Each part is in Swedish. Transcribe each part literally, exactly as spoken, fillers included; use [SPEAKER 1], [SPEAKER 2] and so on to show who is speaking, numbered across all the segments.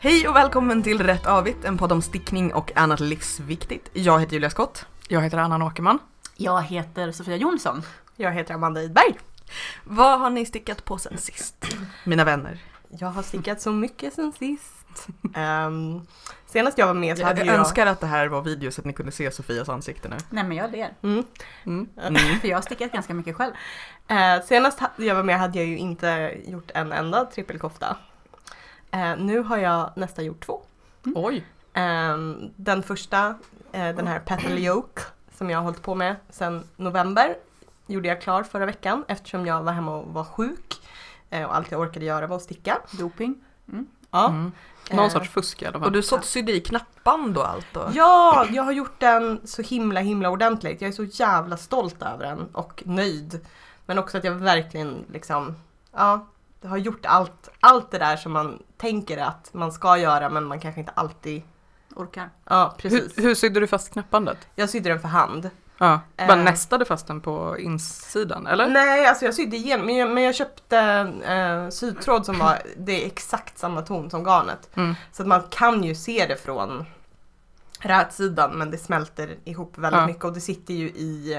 [SPEAKER 1] Hej och välkommen till Rätt Avigt, en podd om stickning och annat livsviktigt. Jag heter Julia Skott.
[SPEAKER 2] Jag heter Anna Åkerman.
[SPEAKER 3] Jag heter Sofia Jonsson.
[SPEAKER 4] Jag heter Amanda Idberg.
[SPEAKER 1] Vad har ni stickat på sen sist, mina vänner?
[SPEAKER 4] Jag har stickat så mycket sen sist. Um, senast jag var med så
[SPEAKER 1] jag,
[SPEAKER 4] hade
[SPEAKER 1] jag...
[SPEAKER 4] jag...
[SPEAKER 1] önskar att det här var video så att ni kunde se Sofias ansikte nu.
[SPEAKER 3] Nej, men jag ler.
[SPEAKER 4] Mm.
[SPEAKER 1] Mm. Mm.
[SPEAKER 3] För jag har stickat ganska mycket själv.
[SPEAKER 4] Uh, senast jag var med hade jag ju inte gjort en enda trippelkofta. Uh, nu har jag nästan gjort två.
[SPEAKER 2] Mm. Oj.
[SPEAKER 4] Um, den första, uh, den här Petal Yoke som jag har hållit på med sedan november, gjorde jag klar förra veckan eftersom jag var hemma och var sjuk. Uh, och allt jag orkade göra var att sticka.
[SPEAKER 3] Doping.
[SPEAKER 4] Mm. Ja.
[SPEAKER 2] Mm. Någon
[SPEAKER 4] Uh,
[SPEAKER 2] sorts fusk i alla fall.
[SPEAKER 1] Och du sått sydde i knappband och allt då?
[SPEAKER 4] Ja, jag har gjort den så himla himla ordentligt. Jag är så jävla stolt över den och nöjd. Men också att jag verkligen liksom, ja, har gjort allt, allt det där som man tänker att man ska göra men man kanske inte alltid
[SPEAKER 3] orkar.
[SPEAKER 4] Ja, precis.
[SPEAKER 2] Hur, hur sydde du fast knappandet?
[SPEAKER 4] Jag sydde den för hand.
[SPEAKER 2] Ja, bara
[SPEAKER 4] Eh.
[SPEAKER 2] nästade fast den på insidan, eller?
[SPEAKER 4] Nej, alltså jag sydde igenom, men jag, men jag köpte eh, sytråd som var, det är exakt samma ton som garnet.
[SPEAKER 2] Mm.
[SPEAKER 4] Så att man kan ju se det från rätsidan men det smälter ihop väldigt
[SPEAKER 2] Ja.
[SPEAKER 4] mycket och det sitter ju i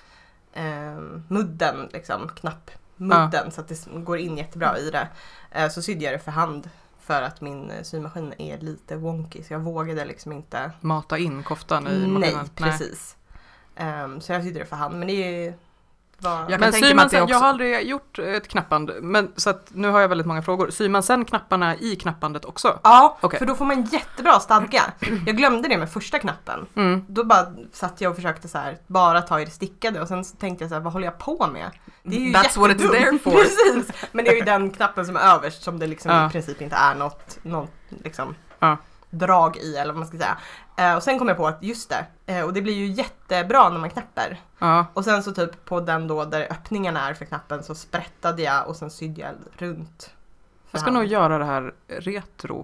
[SPEAKER 4] eh, mudden, liksom, knappmudden
[SPEAKER 2] Ja.
[SPEAKER 4] så att det går in jättebra i det. Eh, så sydde jag det för hand för att min symaskin är lite wonky så jag vågade liksom inte.
[SPEAKER 2] Mata in koftan i
[SPEAKER 4] Nej,
[SPEAKER 2] maskinen.
[SPEAKER 4] precis. Um, så jag sydde det för hand men det är var...
[SPEAKER 1] Jag kan
[SPEAKER 2] Men
[SPEAKER 1] tänka
[SPEAKER 2] syr
[SPEAKER 1] mig
[SPEAKER 2] man
[SPEAKER 1] att det
[SPEAKER 2] sen,
[SPEAKER 1] också...
[SPEAKER 2] jag har aldrig gjort ett knappband, men, så att nu har jag väldigt många frågor. Syr man sen knapparna i knappbandet också?
[SPEAKER 4] Ja,
[SPEAKER 2] Okej.
[SPEAKER 4] för då får man jättebra stadga. Jag glömde det med första knappen.
[SPEAKER 2] Mm.
[SPEAKER 4] Då bara satt jag och försökte så här, bara ta i det stickade och sen så tänkte jag så här, vad håller jag på med? Det är ju
[SPEAKER 1] That's what it's there for.
[SPEAKER 4] Precis, men det är ju den knappen som är överst som det liksom
[SPEAKER 2] Ja.
[SPEAKER 4] i princip inte är något, något liksom
[SPEAKER 2] Ja.
[SPEAKER 4] drag i eller vad man ska säga. Eh, och sen kom jag på att just det, eh, och det blir ju jättebra när man knappar.
[SPEAKER 2] Ja.
[SPEAKER 4] Och sen så typ på den då där öppningen är för knappen så sprättade jag och sen sydde jag runt. för
[SPEAKER 2] Jag ska
[SPEAKER 4] hand.
[SPEAKER 2] nog göra det här retro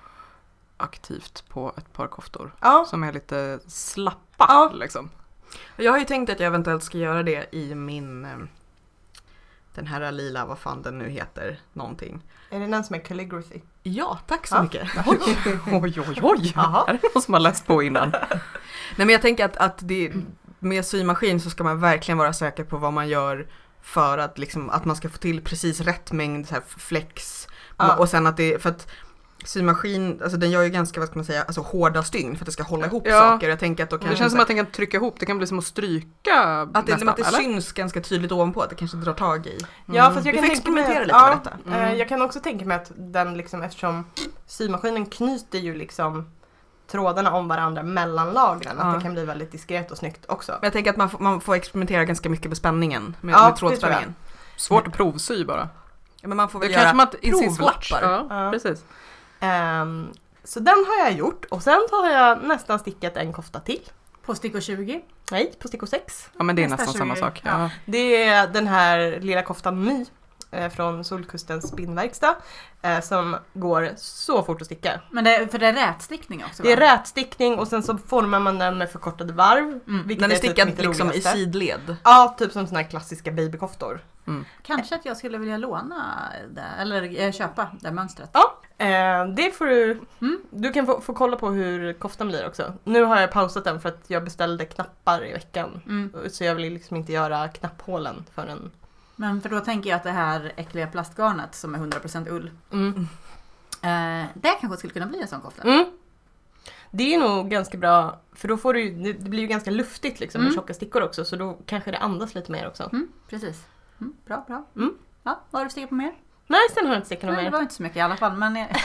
[SPEAKER 2] aktivt på ett par koftor.
[SPEAKER 4] Ja.
[SPEAKER 2] Som är lite slappa
[SPEAKER 4] Ja.
[SPEAKER 2] liksom.
[SPEAKER 1] Jag har ju tänkt att jag eventuellt ska göra det i min... eh, Den här lila, vad fan den nu heter, någonting.
[SPEAKER 4] Är det den som är calligraphy?
[SPEAKER 1] Ja, tack så
[SPEAKER 4] Ja.
[SPEAKER 1] mycket.
[SPEAKER 2] Oj, oj, oj, oj.
[SPEAKER 4] Jaha.
[SPEAKER 2] Är det någon som har läst på innan?
[SPEAKER 1] Nej, men jag tänker att, att det, med symaskin så ska man verkligen vara säker på vad man gör för att, liksom, att man ska få till precis rätt mängd så här flex.
[SPEAKER 4] Ja.
[SPEAKER 1] Och sen att det, för att symaskin, alltså den gör ju ganska, vad ska man säga, alltså hårda stygn för att det ska hålla ihop
[SPEAKER 2] Ja.
[SPEAKER 1] saker. Jag tänker att då
[SPEAKER 2] Det
[SPEAKER 1] kanske
[SPEAKER 2] känns som att den kan trycka ihop. Det kan bli som att stryka
[SPEAKER 1] att det,
[SPEAKER 2] nästan,
[SPEAKER 1] att det
[SPEAKER 2] eller?
[SPEAKER 1] syns ganska tydligt ovanpå, att det kanske drar tag i.
[SPEAKER 4] Ja, fast jag
[SPEAKER 1] Vi
[SPEAKER 4] kan
[SPEAKER 1] får
[SPEAKER 4] tänka mig
[SPEAKER 1] experimentera
[SPEAKER 4] att,
[SPEAKER 1] lite
[SPEAKER 4] ja,
[SPEAKER 1] med detta.
[SPEAKER 4] eh,
[SPEAKER 2] Mm.
[SPEAKER 4] Jag kan också tänka mig att den liksom, eftersom symaskinen knyter ju liksom trådarna om varandra mellan lagren,
[SPEAKER 1] Ja.
[SPEAKER 4] att det kan bli väldigt diskret och snyggt också.
[SPEAKER 1] Men jag tänker att man får, man får experimentera ganska mycket med spänningen, med,
[SPEAKER 4] Ja,
[SPEAKER 1] med
[SPEAKER 4] det tror jag.
[SPEAKER 1] trådspänningen.
[SPEAKER 2] Svårt att provsy bara.
[SPEAKER 1] Ja, men man får
[SPEAKER 2] Det
[SPEAKER 1] väl
[SPEAKER 2] kanske
[SPEAKER 1] göra
[SPEAKER 2] man i sin swatch.
[SPEAKER 1] provlappar.
[SPEAKER 2] Ja,
[SPEAKER 4] Ja.
[SPEAKER 2] precis.
[SPEAKER 4] Ehm, så den har jag gjort och sen så har jag nästan stickat en kofta till.
[SPEAKER 3] På stickor tjugo.
[SPEAKER 4] Nej, på stickor sex.
[SPEAKER 2] Ja, men det är
[SPEAKER 3] Nästa
[SPEAKER 2] nästan samma
[SPEAKER 3] tjugo.
[SPEAKER 2] sak.
[SPEAKER 3] Ja.
[SPEAKER 2] Ja.
[SPEAKER 4] Det är den här lilla koftan My eh, från Solkustens spinnverkstad eh, som går så fort att sticka.
[SPEAKER 3] Men det, för det är rätstickning också,
[SPEAKER 4] Det är
[SPEAKER 3] va?
[SPEAKER 4] rätstickning och sen så formar man den med förkortade varv.
[SPEAKER 3] Mm.
[SPEAKER 4] vilket
[SPEAKER 1] Den är
[SPEAKER 4] typ
[SPEAKER 1] stickad
[SPEAKER 4] mitt
[SPEAKER 1] liksom i
[SPEAKER 4] roligaste.
[SPEAKER 1] sidled.
[SPEAKER 4] Ja, typ som såna här klassiska babykoftor.
[SPEAKER 3] Kanske att jag skulle vilja låna det, eller eh, köpa det mönstret.
[SPEAKER 4] Ja, eh, det får du...
[SPEAKER 3] Mm.
[SPEAKER 4] Du kan få, få kolla på hur koftan blir också. Nu har jag pausat den för att jag beställde knappar i veckan.
[SPEAKER 3] Mm.
[SPEAKER 4] Så jag vill liksom inte göra knapphålen för
[SPEAKER 3] Men för då tänker jag att det här äckliga plastgarnet som är hundra procent ull,
[SPEAKER 4] Mm.
[SPEAKER 3] eh, det kanske skulle kunna bli en sån kofta.
[SPEAKER 4] Mm. Det är nog ganska bra, för då får du ju- det, det blir ju ganska luftigt liksom med
[SPEAKER 3] Mm.
[SPEAKER 4] tjocka stickor också, så då kanske det andas lite mer också.
[SPEAKER 3] Mm, precis. Mm, bra, bra.
[SPEAKER 4] Mm.
[SPEAKER 3] Ja, vad har du stickat på mer?
[SPEAKER 4] Nej, sen har jag inte stickat något
[SPEAKER 3] Nej, det
[SPEAKER 4] mer.
[SPEAKER 3] var inte så mycket i alla fall. Men eh,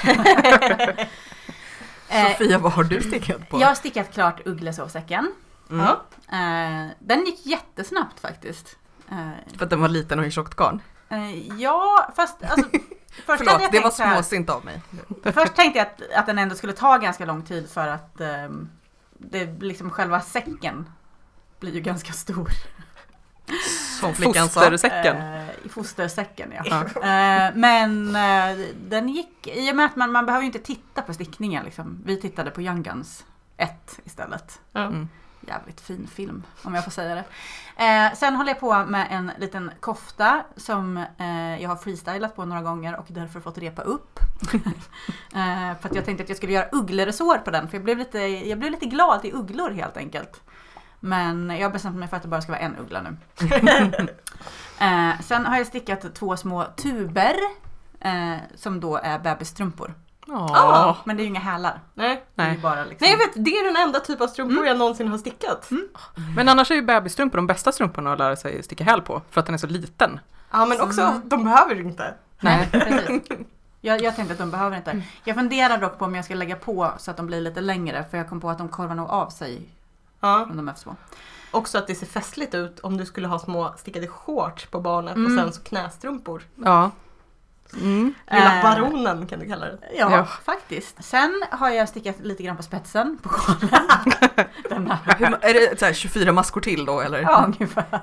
[SPEAKER 1] Sofia, vad har du stickat på?
[SPEAKER 3] jag har stickat klart ugglesovsäcken.
[SPEAKER 1] Mm.
[SPEAKER 4] Ja.
[SPEAKER 3] Eh, den gick jättesnabbt faktiskt. Eh,
[SPEAKER 1] För att den var liten och i tjockt garn.
[SPEAKER 3] eh, ja, fast alltså, först hade
[SPEAKER 1] Förlåt,
[SPEAKER 3] jag
[SPEAKER 1] det var
[SPEAKER 3] tänkt så här-
[SPEAKER 1] småsint av mig.
[SPEAKER 3] Först tänkte jag att, att den ändå skulle ta ganska lång tid för att ehm, det, liksom själva säcken blir ju ganska stor.
[SPEAKER 1] Som flickan sa.
[SPEAKER 2] Fostersäcken.
[SPEAKER 3] Eh, I fostersäcken, ja.
[SPEAKER 2] Ja.
[SPEAKER 3] Eh, men eh, den gick, i och med att man, man behöver ju inte titta på stickningen liksom. Vi tittade på Young Guns ett istället.
[SPEAKER 4] Ja.
[SPEAKER 2] Mm.
[SPEAKER 3] Jävligt fin film, om jag får säga det. Eh, sen håller jag på med en liten kofta som eh, jag har freestylat på några gånger och därför fått repa upp. eh, för att jag tänkte att jag skulle göra uggleresår på den. För jag blev lite, jag blev lite glad till ugglor helt enkelt. Men jag har bestämt mig för att det bara ska vara en uggla nu. eh, sen har jag stickat två små tuber. Eh, som då är bebisstrumpor.
[SPEAKER 2] Ja.
[SPEAKER 3] Men det är ju inga hälar.
[SPEAKER 4] Nej.
[SPEAKER 3] Det är
[SPEAKER 2] Nej.
[SPEAKER 3] ju bara liksom...
[SPEAKER 4] Nej, jag vet, det är den enda typ av strumpor
[SPEAKER 3] Mm.
[SPEAKER 4] jag någonsin har stickat.
[SPEAKER 3] Mm.
[SPEAKER 2] Men annars är ju bebisstrumpor de bästa strumporna att lära sig sticka häl på. För att den är så liten.
[SPEAKER 4] Ja, men också, de behöver inte.
[SPEAKER 3] Nej, precis. Jag, jag tänkte att de behöver inte. Jag funderar dock på om jag ska lägga på så att de blir lite längre. För jag kom på att de korvar nog av sig
[SPEAKER 4] Ja.
[SPEAKER 3] om de är för små.
[SPEAKER 4] Också att det ser festligt ut om du skulle ha små stickade shorts på barnet
[SPEAKER 3] Mm.
[SPEAKER 4] och sen så knästrumpor.
[SPEAKER 2] Ja. Mm.
[SPEAKER 4] Lilla
[SPEAKER 3] Eh.
[SPEAKER 4] baronen kan du kalla det.
[SPEAKER 3] Ja,
[SPEAKER 2] Ja.
[SPEAKER 3] faktiskt. Sen har jag stickat lite grann på spetsen på sjalen. Den här.
[SPEAKER 1] Hur, är det så här tjugofyra maskor till då eller?
[SPEAKER 3] Ja, ungefär.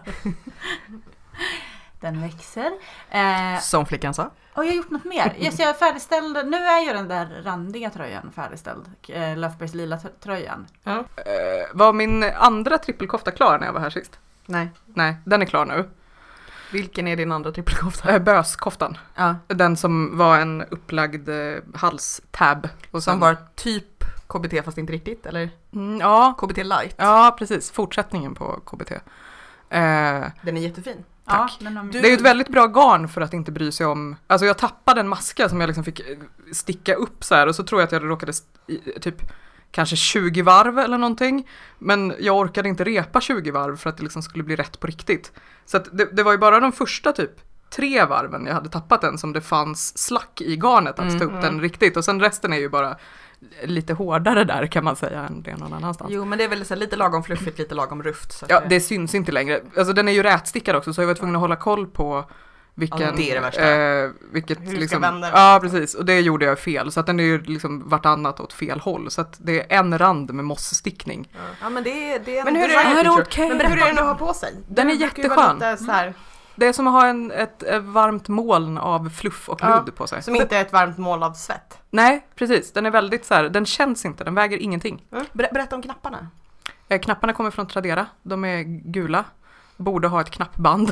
[SPEAKER 3] Den växer. Eh,
[SPEAKER 1] Som flickan sa.
[SPEAKER 3] och jag har gjort något mer. Yes, jag är färdigställd. Nu är ju den där randiga tröjan färdigställd. Eh, Löfbergs lila t- tröjan.
[SPEAKER 2] Eh, var min andra trippelkofta klar när jag var här sist?
[SPEAKER 1] Nej.
[SPEAKER 2] Nej, den är klar nu.
[SPEAKER 1] Vilken är din andra trippelkofta?
[SPEAKER 2] Eh, böskoftan.
[SPEAKER 1] Ja.
[SPEAKER 2] Den som var en upplagd eh, halstab. Och
[SPEAKER 1] Som
[SPEAKER 2] sen-
[SPEAKER 1] var typ K B T fast inte riktigt, eller?
[SPEAKER 2] Mm, ja.
[SPEAKER 1] K B T light.
[SPEAKER 2] ja, precis. Fortsättningen på K B T. Eh,
[SPEAKER 1] Den är jättefin.
[SPEAKER 2] Tack.
[SPEAKER 3] Ja, den har
[SPEAKER 1] Du-
[SPEAKER 2] Det är ju ett väldigt bra garn för att inte bry sig om... Alltså jag tappade en maska som jag liksom fick sticka upp så här och så tror jag att jag råkade st- i- typ kanske tjugo varv eller någonting. Men jag orkade inte repa tjugo varv för att det liksom skulle bli rätt på riktigt. Så att det, det var ju bara de första typ tre varven jag hade tappat den som det fanns slack i garnet att
[SPEAKER 1] Mm.
[SPEAKER 2] stå upp den riktigt. Och sen resten är ju bara lite hårdare där kan man säga än det någon annanstans.
[SPEAKER 1] Jo, men det är väl så här, lite lagom fluffigt, lite lagom ruft. Så att
[SPEAKER 2] Ja, det syns inte längre. Alltså den är ju rätstickad också så jag var tvungen att hålla koll på vilken...
[SPEAKER 1] Ja, det är det värsta.
[SPEAKER 2] Eh, vilket
[SPEAKER 4] Hur du ska
[SPEAKER 2] liksom,
[SPEAKER 4] vända den.
[SPEAKER 2] ja, precis. Och det gjorde jag fel. Så att den är ju liksom vartannat åt fel håll. Så att det är en rand med mossstickning.
[SPEAKER 1] Ja, men det är, det är en
[SPEAKER 4] Men hur är
[SPEAKER 1] design
[SPEAKER 4] det-
[SPEAKER 1] feature.
[SPEAKER 2] okay.
[SPEAKER 4] Men berätta hur är den att ha på sig?
[SPEAKER 2] Den är
[SPEAKER 4] brukar ju vara
[SPEAKER 2] jätteskön.
[SPEAKER 4] lite så här,
[SPEAKER 2] Det är som att ha en, ett, ett varmt moln av fluff och
[SPEAKER 4] Ja.
[SPEAKER 2] ludd på sig.
[SPEAKER 4] som inte är ett varmt mål av svett.
[SPEAKER 2] Nej, precis. Den är väldigt så här, den känns inte, den väger ingenting.
[SPEAKER 1] Ber- Berätta om knapparna.
[SPEAKER 2] Eh, knapparna kommer från Tradera. De är gula. Borde ha ett knappband.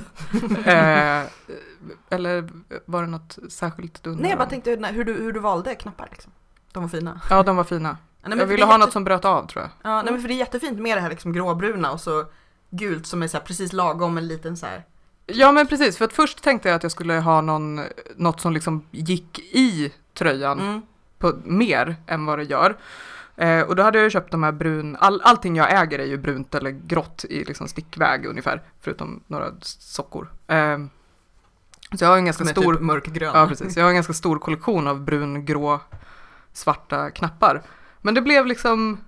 [SPEAKER 2] eh, eller var det något särskilt du undrar
[SPEAKER 1] Nej, jag bara
[SPEAKER 2] om?
[SPEAKER 1] tänkte hur du, hur du valde knappar liksom. De var fina.
[SPEAKER 2] Ja, de var fina.
[SPEAKER 1] Ja, nej, men
[SPEAKER 2] Jag
[SPEAKER 1] för
[SPEAKER 2] ville
[SPEAKER 1] det är
[SPEAKER 2] ha
[SPEAKER 1] jätte-
[SPEAKER 2] något som bröt av tror jag.
[SPEAKER 1] Ja, nej, men för det är jättefint med det här liksom gråbruna och så gult som är så här precis lagom en liten så här.
[SPEAKER 2] Ja men precis, för att först tänkte jag att jag skulle ha någon, något som liksom gick i tröjan
[SPEAKER 1] Mm.
[SPEAKER 2] på mer än vad det gör. Eh, och då hade jag ju köpt de här brun, all, allting jag äger är ju brunt eller grått i liksom stickväg ungefär, förutom några sockor. Eh, så jag har en ganska
[SPEAKER 1] Som är
[SPEAKER 2] stor,
[SPEAKER 1] typ mörkgrön.
[SPEAKER 2] ja precis, jag har en ganska stor kollektion av brun, grå, svarta knappar. Men det blev liksom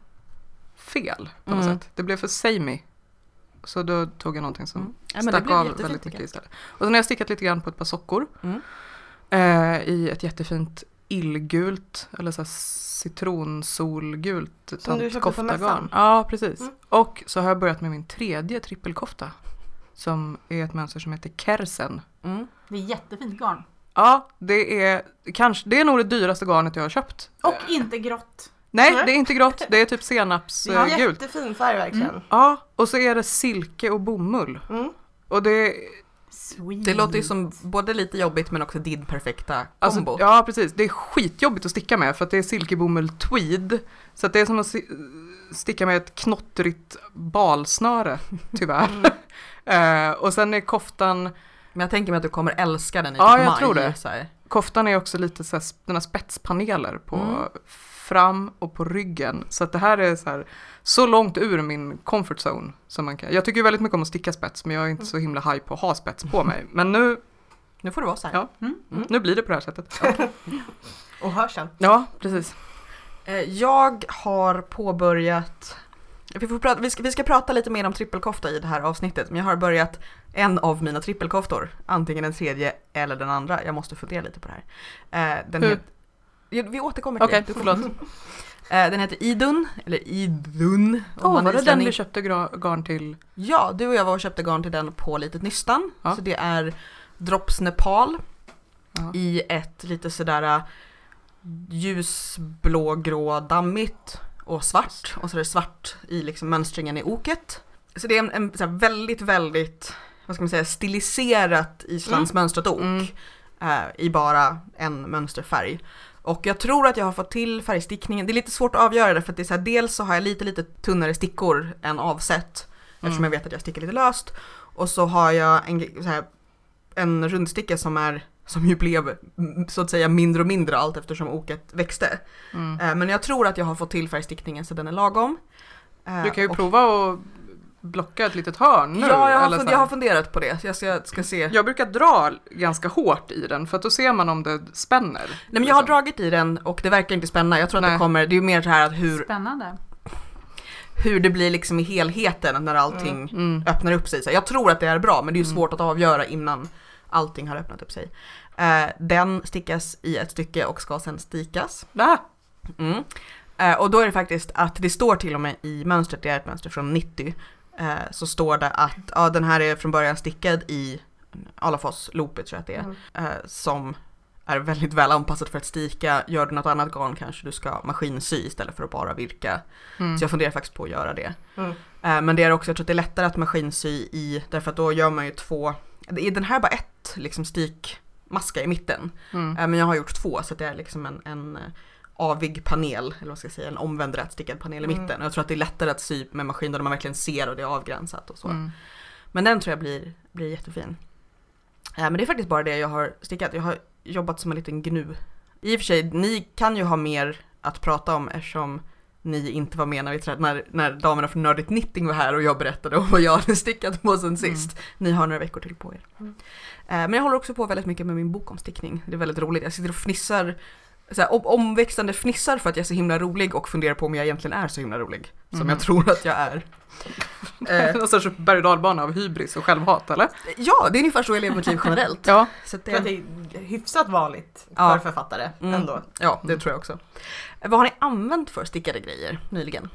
[SPEAKER 2] fel på något
[SPEAKER 1] Mm.
[SPEAKER 2] sätt. Det blev för samey. Så då tog jag någonting som
[SPEAKER 1] Mm. Ja, men det
[SPEAKER 2] stack
[SPEAKER 1] blev
[SPEAKER 2] av
[SPEAKER 1] jättefint,
[SPEAKER 2] väldigt
[SPEAKER 1] tycker
[SPEAKER 2] mycket
[SPEAKER 1] jag.
[SPEAKER 2] istället. Och sen har jag stickat lite grann på ett par sockor.
[SPEAKER 1] Mm.
[SPEAKER 2] Eh, I ett jättefint illgult, eller så här citronsolgult
[SPEAKER 4] Som du köpte på
[SPEAKER 2] koftagarn.
[SPEAKER 4] mässan.
[SPEAKER 2] Ja, precis.
[SPEAKER 4] Mm.
[SPEAKER 2] Och så har jag börjat med min tredje trippelkofta. Som är ett mönster som heter Kersen.
[SPEAKER 1] Mm.
[SPEAKER 3] Det är jättefint garn.
[SPEAKER 2] Ja, det är, kanske, det är nog det dyraste garnet jag har köpt.
[SPEAKER 3] Och inte grått.
[SPEAKER 2] Nej,
[SPEAKER 4] Nej.
[SPEAKER 2] det är inte grått. Det är typ
[SPEAKER 4] Det är
[SPEAKER 2] senapsgult.
[SPEAKER 4] jättefin färg verkligen.
[SPEAKER 2] Ja, och så är det silke och bomull.
[SPEAKER 4] Mm.
[SPEAKER 2] Och det
[SPEAKER 3] Sweet.
[SPEAKER 1] Det låter ju som både lite jobbigt men också din perfekta
[SPEAKER 2] Alltså,
[SPEAKER 1] kombo.
[SPEAKER 2] ja, precis. Det är skitjobbigt att sticka med för att det är silkebomull tweed. Så att det är som att si- sticka med ett knottrigt balsnöre, tyvärr. eh, och sen är koftan,
[SPEAKER 1] Men jag tänker mig att du kommer älska den i
[SPEAKER 2] Ja,
[SPEAKER 1] typ
[SPEAKER 2] jag
[SPEAKER 1] maj.
[SPEAKER 2] tror det.
[SPEAKER 1] Så här.
[SPEAKER 2] koftan är också lite så här, den har spetspaneler på
[SPEAKER 1] Mm.
[SPEAKER 2] fram och på ryggen. Så att det här är så här, så långt ur min comfort zone som man kan. Jag tycker ju väldigt mycket om att sticka spets, men jag är inte så himla high på att ha spets på mig. Men nu,
[SPEAKER 1] Nu får det vara så här.
[SPEAKER 2] Ja.
[SPEAKER 3] Mm.
[SPEAKER 2] nu blir det på det här sättet.
[SPEAKER 4] Och hörseln.
[SPEAKER 2] Ja, precis.
[SPEAKER 1] Eh, Jag har påbörjat, vi, får prata, vi, ska, vi ska prata lite mer om trippelkofta i det här avsnittet, men jag har börjat en av mina trippelkoftor, antingen den tredje eller den andra. Jag måste fundera lite på det här. Eh, Den
[SPEAKER 2] Hur?
[SPEAKER 1] het, ja, vi återkommer till
[SPEAKER 2] Okej,
[SPEAKER 1] det. Du
[SPEAKER 2] förlåt.
[SPEAKER 1] får- Eh, Den heter Idun, eller Idun. om
[SPEAKER 2] Åh,
[SPEAKER 1] man
[SPEAKER 2] var
[SPEAKER 1] är
[SPEAKER 2] det den
[SPEAKER 1] islänning.
[SPEAKER 2] vi köpte gra- garn till?
[SPEAKER 1] Ja, du och jag var och köpte garn till den på Litet Nystan.
[SPEAKER 2] Ja.
[SPEAKER 1] Så det är Drops Nepal
[SPEAKER 2] Ja.
[SPEAKER 1] i ett lite sådär äh, ljusblågrå dammigt och svart. Och så är det svart i liksom mönstringen i oket. Så det är en, en så här väldigt, väldigt, vad ska man säga, stiliserat islandsmönstrat ok
[SPEAKER 2] Mm.
[SPEAKER 1] äh, i bara en mönsterfärg. Och jag tror att jag har fått till färgstickningen. Det är lite svårt att avgöra det för att det är så här, dels så har jag lite lite tunnare stickor än avsett. Mm. Eftersom jag vet att jag stickar lite löst. Och så har jag en, så här, en rundsticka som är som ju blev så att säga mindre och mindre allt eftersom oket växte. Mm. Men jag tror att jag har fått till färgstickningen så den är lagom.
[SPEAKER 2] Du kan ju
[SPEAKER 1] och,
[SPEAKER 2] prova att blocka ett litet hörn nu.
[SPEAKER 1] Ja, jag har,
[SPEAKER 2] eller
[SPEAKER 1] fund-
[SPEAKER 2] så.
[SPEAKER 1] jag har funderat på det. Jag ska, ska se.
[SPEAKER 2] Jag brukar dra ganska hårt i den för att då ser man om det spänner.
[SPEAKER 1] Nej, men jag har dragit i den och det verkar inte spänna. Jag tror att
[SPEAKER 2] Nej.
[SPEAKER 1] det kommer, det är ju mer så här att hur,
[SPEAKER 3] Spännande.
[SPEAKER 1] hur det blir liksom i helheten när allting
[SPEAKER 2] Mm.
[SPEAKER 1] öppnar upp sig. Så jag tror att det är bra, men det är ju svårt att avgöra innan allting har öppnat upp sig. Uh, den stickas i ett stycke och ska sen stikas.
[SPEAKER 2] Ah.
[SPEAKER 1] Mm. Uh, och då är det faktiskt att det står till och med i mönstret, det är ett mönster från nittio, uh, så står det att ja, den här är från början stickad i Alafos loopet tror jag att det är, mm. uh, som är väldigt väl anpassat för att stika. Gör du något annat garn kanske du ska maskinsy istället för att bara virka. Mm. Så jag funderar faktiskt på att göra det. Mm. Uh, men det är också, jag tror att det är lättare att maskinsy i, därför att då gör man ju två, är den här bara ett liksom stik maska i mitten. Mm. Uh, men jag har gjort två så att det är liksom en, en avig panel, eller vad ska jag säga, en omvänd rätstickad panel i mitten. Mm. Och jag tror att det är lättare att sy med maskin där man verkligen ser och det är avgränsat och så. Mm. Men den tror jag blir, blir jättefin. Uh, men det är faktiskt bara det jag har stickat. Jag har jobbat som en liten gnu. I och för sig, ni kan ju ha mer att prata om eftersom ni inte var med när, vi träd, när, när damerna från Nördigt Knitting var här och jag berättade om vad jag hade stickat på sen sist. Mm. Ni har några veckor till på er. Mm. Uh, men jag håller också på väldigt mycket med min bok om stickning. Det är väldigt roligt. Jag sitter och fnissar, så här, omväxlande fnissar för att jag är så himla rolig och funderar på om jag egentligen är så himla rolig. Som mm. jag tror att jag är.
[SPEAKER 2] Någon sorts berg- och dalbana av hybris och självhat, eller?
[SPEAKER 1] Ja, det är ungefär så jag lever mitt liv generellt.
[SPEAKER 2] Ja.
[SPEAKER 4] Så att det, att det är hyfsat vanligt för
[SPEAKER 1] ja.
[SPEAKER 4] författare
[SPEAKER 1] mm.
[SPEAKER 4] ändå.
[SPEAKER 1] Ja, det mm. tror jag också. Vad har ni använt för stickade grejer nyligen?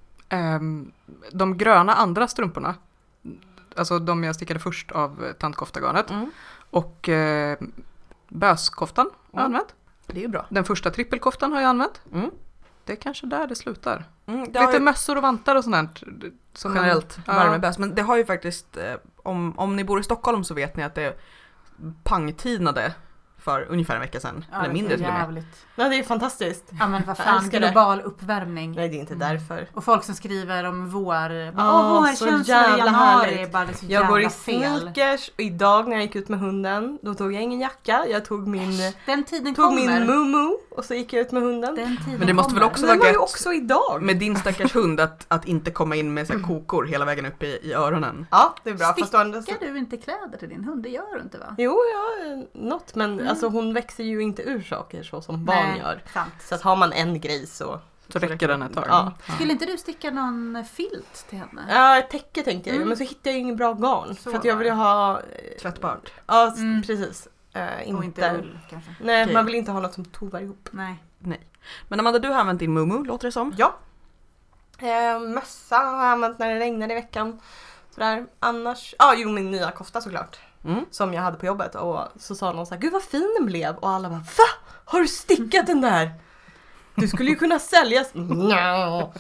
[SPEAKER 2] Um, de gröna andra strumporna. Alltså de jag stickade först av tantkoftagarnet. Mm. Och uh, böskoftan har jag
[SPEAKER 1] mm.
[SPEAKER 2] använt.
[SPEAKER 1] Det är ju bra.
[SPEAKER 2] Den första trippelkoftan har jag använt.
[SPEAKER 1] Mm.
[SPEAKER 2] Det är kanske där det slutar.
[SPEAKER 1] Mm, det
[SPEAKER 2] Lite
[SPEAKER 1] ju...
[SPEAKER 2] mössor och vantar och sånt här.
[SPEAKER 1] Som generellt
[SPEAKER 2] ja.
[SPEAKER 1] värmebös. Men det har ju faktiskt, eh, om, om ni bor i Stockholm så vet ni att det pangtinade för ungefär en vecka sedan.
[SPEAKER 3] Ja,
[SPEAKER 1] eller mindre till och med.
[SPEAKER 4] Ja, det är fantastiskt.
[SPEAKER 3] Ja, men vad fan, global det. uppvärmning.
[SPEAKER 4] Nej, det är inte mm. därför.
[SPEAKER 3] Och folk som skriver om vår.
[SPEAKER 4] Åh, oh, vårkänslor i januari.
[SPEAKER 3] Bara så
[SPEAKER 4] jag går i
[SPEAKER 3] fel.
[SPEAKER 4] sneakers och idag när jag gick ut med hunden, då tog jag ingen jacka. Jag tog min,
[SPEAKER 3] Den tiden
[SPEAKER 4] tog
[SPEAKER 3] kommer.
[SPEAKER 4] min mumu och så gick jag ut med hunden.
[SPEAKER 3] Den tiden
[SPEAKER 1] men det måste
[SPEAKER 3] kommer.
[SPEAKER 1] väl också
[SPEAKER 4] vara
[SPEAKER 1] vara
[SPEAKER 4] gött
[SPEAKER 1] gött
[SPEAKER 4] också idag.
[SPEAKER 1] Med din stackars hund att, att inte komma in med så här kokor hela vägen upp i, i öronen.
[SPEAKER 4] Ja, det är bra.
[SPEAKER 3] Stickar
[SPEAKER 4] fast ändå så...
[SPEAKER 3] du inte kläder till din hund? Det gör du inte, va?
[SPEAKER 4] Jo, ja, något. Men mm. alltså, hon växer ju inte ur saker så som barn
[SPEAKER 3] Nej,
[SPEAKER 4] gör.
[SPEAKER 3] Sant.
[SPEAKER 4] Så att har man en grej så...
[SPEAKER 2] Så räcker den ett tag.
[SPEAKER 4] Ja.
[SPEAKER 3] Skulle inte du sticka någon filt till henne?
[SPEAKER 4] Ja, ett täcke tänkte jag ju.
[SPEAKER 3] Mm.
[SPEAKER 4] Men så hittade jag ju ingen bra garn.
[SPEAKER 3] Så
[SPEAKER 4] för att jag ville ha...
[SPEAKER 1] Tvättbart.
[SPEAKER 4] Ja,
[SPEAKER 3] mm.
[SPEAKER 4] precis. Uh, inte...
[SPEAKER 3] Och inte ull kanske.
[SPEAKER 4] Nej,
[SPEAKER 1] okay.
[SPEAKER 4] man vill inte ha något som tovar ihop.
[SPEAKER 3] Nej.
[SPEAKER 1] Nej. Men Amanda, du har använt din mumu, låter det som?
[SPEAKER 4] Ja. Uh, mössa har jag använt när det regnade i veckan. Sådär. Annars... Ja, ah, jo, min nya kofta såklart. Mm. Som jag hade på jobbet. Och så sa någon så här, gud vad fin den blev. Och alla bara, va? Har du stickat den där? Du skulle ju kunna säljas. No.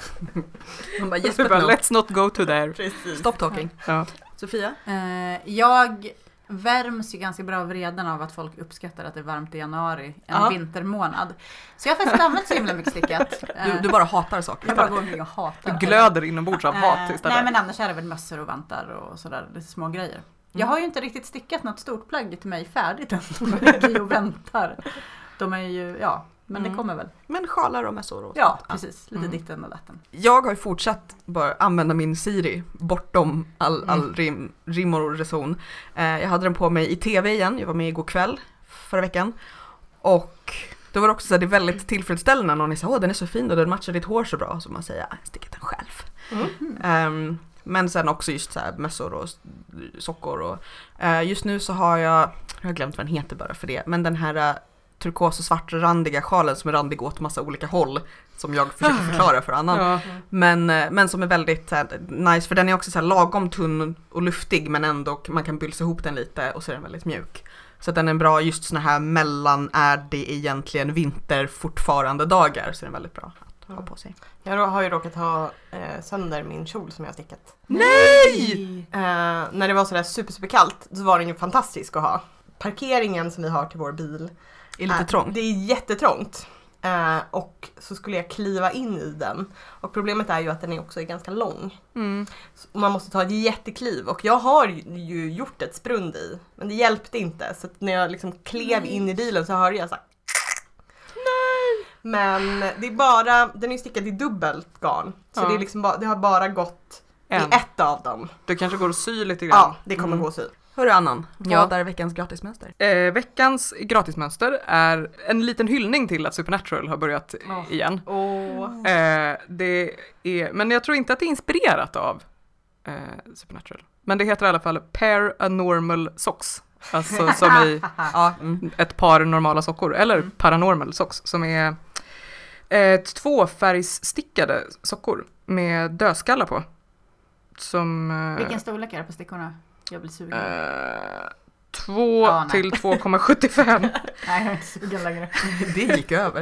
[SPEAKER 1] Man bara,
[SPEAKER 2] yes, bara, let's not go to there.
[SPEAKER 4] Precis.
[SPEAKER 1] Stop talking.
[SPEAKER 2] Ja.
[SPEAKER 1] Sofia?
[SPEAKER 3] Uh, jag värms ju ganska bra av redan av att folk uppskattar att det är varmt i januari, en
[SPEAKER 4] ja.
[SPEAKER 3] vintermånad. Så jag har faktiskt använt så himla mycket stickat.
[SPEAKER 1] Du, du bara hatar saker.
[SPEAKER 3] Jag bara går omkring och hatar.
[SPEAKER 2] Du glöder inombords av hat istället.
[SPEAKER 3] Nej, men annars är det väl mössor och vantar och sådär, lite små grejer. Mm. Jag har ju inte riktigt stickat något stort plagg till mig färdigt än. De ligger och väntar. De är ju, ja, men mm. det kommer väl.
[SPEAKER 1] Men sjalar och mössor och
[SPEAKER 3] ja, precis. Lite
[SPEAKER 1] mm.
[SPEAKER 3] ditten och datten.
[SPEAKER 1] Jag har ju fortsatt bara använda min Siri bortom all, all mm. rim, rim och reson. Eh, jag hade den på mig i tv igen. Jag var med igår kväll förra veckan. Och då var det också så här, det är väldigt tillfredsställande när någon är så åh den är så fin och den matchar ditt hår så bra. Så man säger, jag har stickat den själv. Mm. Um, men sen också just så här mössor och sockor. Och, uh, just nu så har jag, jag har glömt vad den heter bara för det. Men den här uh, turkos och svartrandiga sjalen som är randig åt massa olika håll. Som jag försöker förklara för annan. Ja. Men, uh, men som är väldigt så här, nice. För den är också så här, lagom tunn och luftig. Men ändå man kan bylsa ihop den lite och så är den väldigt mjuk. Så att den är bra just såna här mellan är det egentligen vinter fortfarande dagar. Så den är väldigt bra att ha på sig.
[SPEAKER 4] Jag har ju råkat ha eh, sönder min kjol som jag har stickat.
[SPEAKER 1] Nej!
[SPEAKER 4] Eh, när det var sådär super, super kallt så var den ju fantastisk att ha. Parkeringen som vi har till vår bil
[SPEAKER 1] är lite
[SPEAKER 4] Äh,
[SPEAKER 1] trångt.
[SPEAKER 4] Det är jättetrångt. Eh, och så skulle jag kliva in i den. Och problemet är ju att den är också ganska lång.
[SPEAKER 2] Mm.
[SPEAKER 4] Så man måste ta ett jättekliv. Och jag har ju gjort ett sprund i. Men det hjälpte inte. Så att när jag liksom klev in i bilen så hörde jag så här. Nej! Men det är bara, den är ju stickad i dubbelt garn. Så
[SPEAKER 2] Ja.
[SPEAKER 4] det, är liksom bara, det har bara gått
[SPEAKER 2] En.
[SPEAKER 4] i ett av dem.
[SPEAKER 2] Det kanske går att sy lite grann.
[SPEAKER 4] Ja, det kommer
[SPEAKER 2] Mm.
[SPEAKER 4] gå att sy.
[SPEAKER 1] Hörru Annan,
[SPEAKER 2] Ja.
[SPEAKER 1] vad är veckans gratismönster?
[SPEAKER 2] Eh, veckans gratismönster är en liten hyllning till att Supernatural har börjat
[SPEAKER 3] Ja.
[SPEAKER 2] igen.
[SPEAKER 4] Åh.
[SPEAKER 2] Eh, det är, men jag tror inte att det är inspirerat av eh, Supernatural. Men det heter i alla fall Paranormal Socks. Alltså som i
[SPEAKER 1] Ja, mm.
[SPEAKER 2] ett par normala sockor. Eller
[SPEAKER 1] Mm.
[SPEAKER 2] Paranormal Socks. Som är eh, tvåfärgsstickade sockor med dödskallar på. Som... Eh,
[SPEAKER 3] Vilken storlek är det på stickorna? Jag blir sugen.
[SPEAKER 2] eh, två
[SPEAKER 3] Ja, nej.
[SPEAKER 2] till två komma sjuttiofem.
[SPEAKER 3] Nej, jag är inte sugen längre.
[SPEAKER 1] det gick över.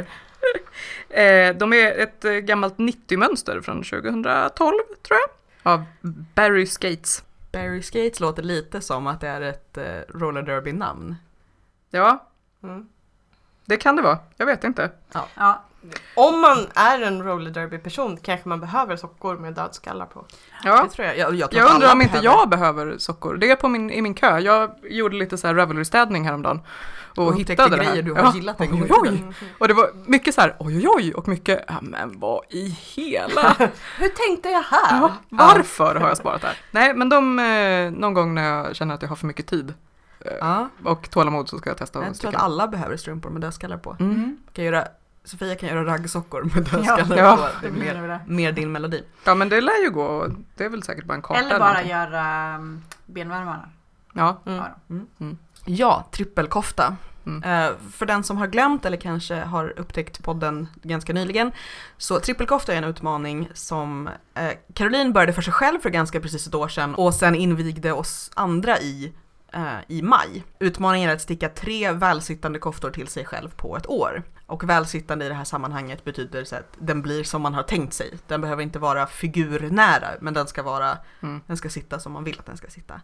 [SPEAKER 2] Eh, de är ett eh, gammalt nittio-mönster från tjugotolv, tror jag. Av Barry Skates.
[SPEAKER 1] Barry Skates låter lite som att det är ett eh, roller derby-namn.
[SPEAKER 2] Ja,
[SPEAKER 4] Mm.
[SPEAKER 2] det kan det vara. Jag vet inte.
[SPEAKER 3] Ja,
[SPEAKER 4] Om man är en roller derby person kanske man behöver sockor med dödskallar på.
[SPEAKER 2] Ja.
[SPEAKER 1] Det tror jag. Jag, jag, tror
[SPEAKER 2] Jag
[SPEAKER 1] att
[SPEAKER 2] undrar
[SPEAKER 1] alla
[SPEAKER 2] om inte
[SPEAKER 1] behöver-
[SPEAKER 2] jag behöver sockor. Det är på min, i min kö. Jag gjorde lite så här Ravelry-städning häromdagen. Och,
[SPEAKER 1] Och
[SPEAKER 2] hittade
[SPEAKER 1] upptäckte
[SPEAKER 2] det här.
[SPEAKER 1] grejer du har
[SPEAKER 2] Ja.
[SPEAKER 1] gillat en gång i
[SPEAKER 2] Oj, oj.
[SPEAKER 1] tiden.
[SPEAKER 2] Och det var mycket så här, oj oj oj. Och mycket, ja men vad i hela...
[SPEAKER 4] Hur tänkte jag här?
[SPEAKER 2] Ja, varför har jag sparat det här? Nej, men de, eh, någon gång när jag känner att jag har för mycket tid eh,
[SPEAKER 1] Ja,
[SPEAKER 2] och tålamod så ska jag testa
[SPEAKER 1] jag
[SPEAKER 2] att
[SPEAKER 1] tror att
[SPEAKER 2] sticka.
[SPEAKER 1] alla behöver strumpor med dödskallar på.
[SPEAKER 2] Mm.
[SPEAKER 1] Kan göra, Sofia kan göra raggsockor med dödskallar
[SPEAKER 2] Ja.
[SPEAKER 1] på. Det
[SPEAKER 3] det
[SPEAKER 1] är
[SPEAKER 3] blir
[SPEAKER 1] mer,
[SPEAKER 3] nog det.
[SPEAKER 1] mer din melodi.
[SPEAKER 2] Ja, men det lär ju gå. Det är väl säkert bara en karta.
[SPEAKER 3] Eller bara
[SPEAKER 2] någonting.
[SPEAKER 3] göra um, benvärmarna.
[SPEAKER 2] Ja.
[SPEAKER 4] Mm.
[SPEAKER 3] Ja,
[SPEAKER 1] Ja, trippelkofta.
[SPEAKER 2] Mm.
[SPEAKER 1] Eh, för den som har glömt eller kanske har upptäckt podden ganska nyligen, så trippelkofta är en utmaning som eh, Caroline började för sig själv för ganska precis ett år sedan och sen invigde oss andra i eh, i maj. Utmaningen är att sticka tre välsittande koftor till sig själv på ett år. Och välsittande i det här sammanhanget betyder så att den blir som man har tänkt sig. Den behöver inte vara figurnära, men den ska vara,
[SPEAKER 2] Mm.
[SPEAKER 1] den ska sitta som man vill att den ska sitta.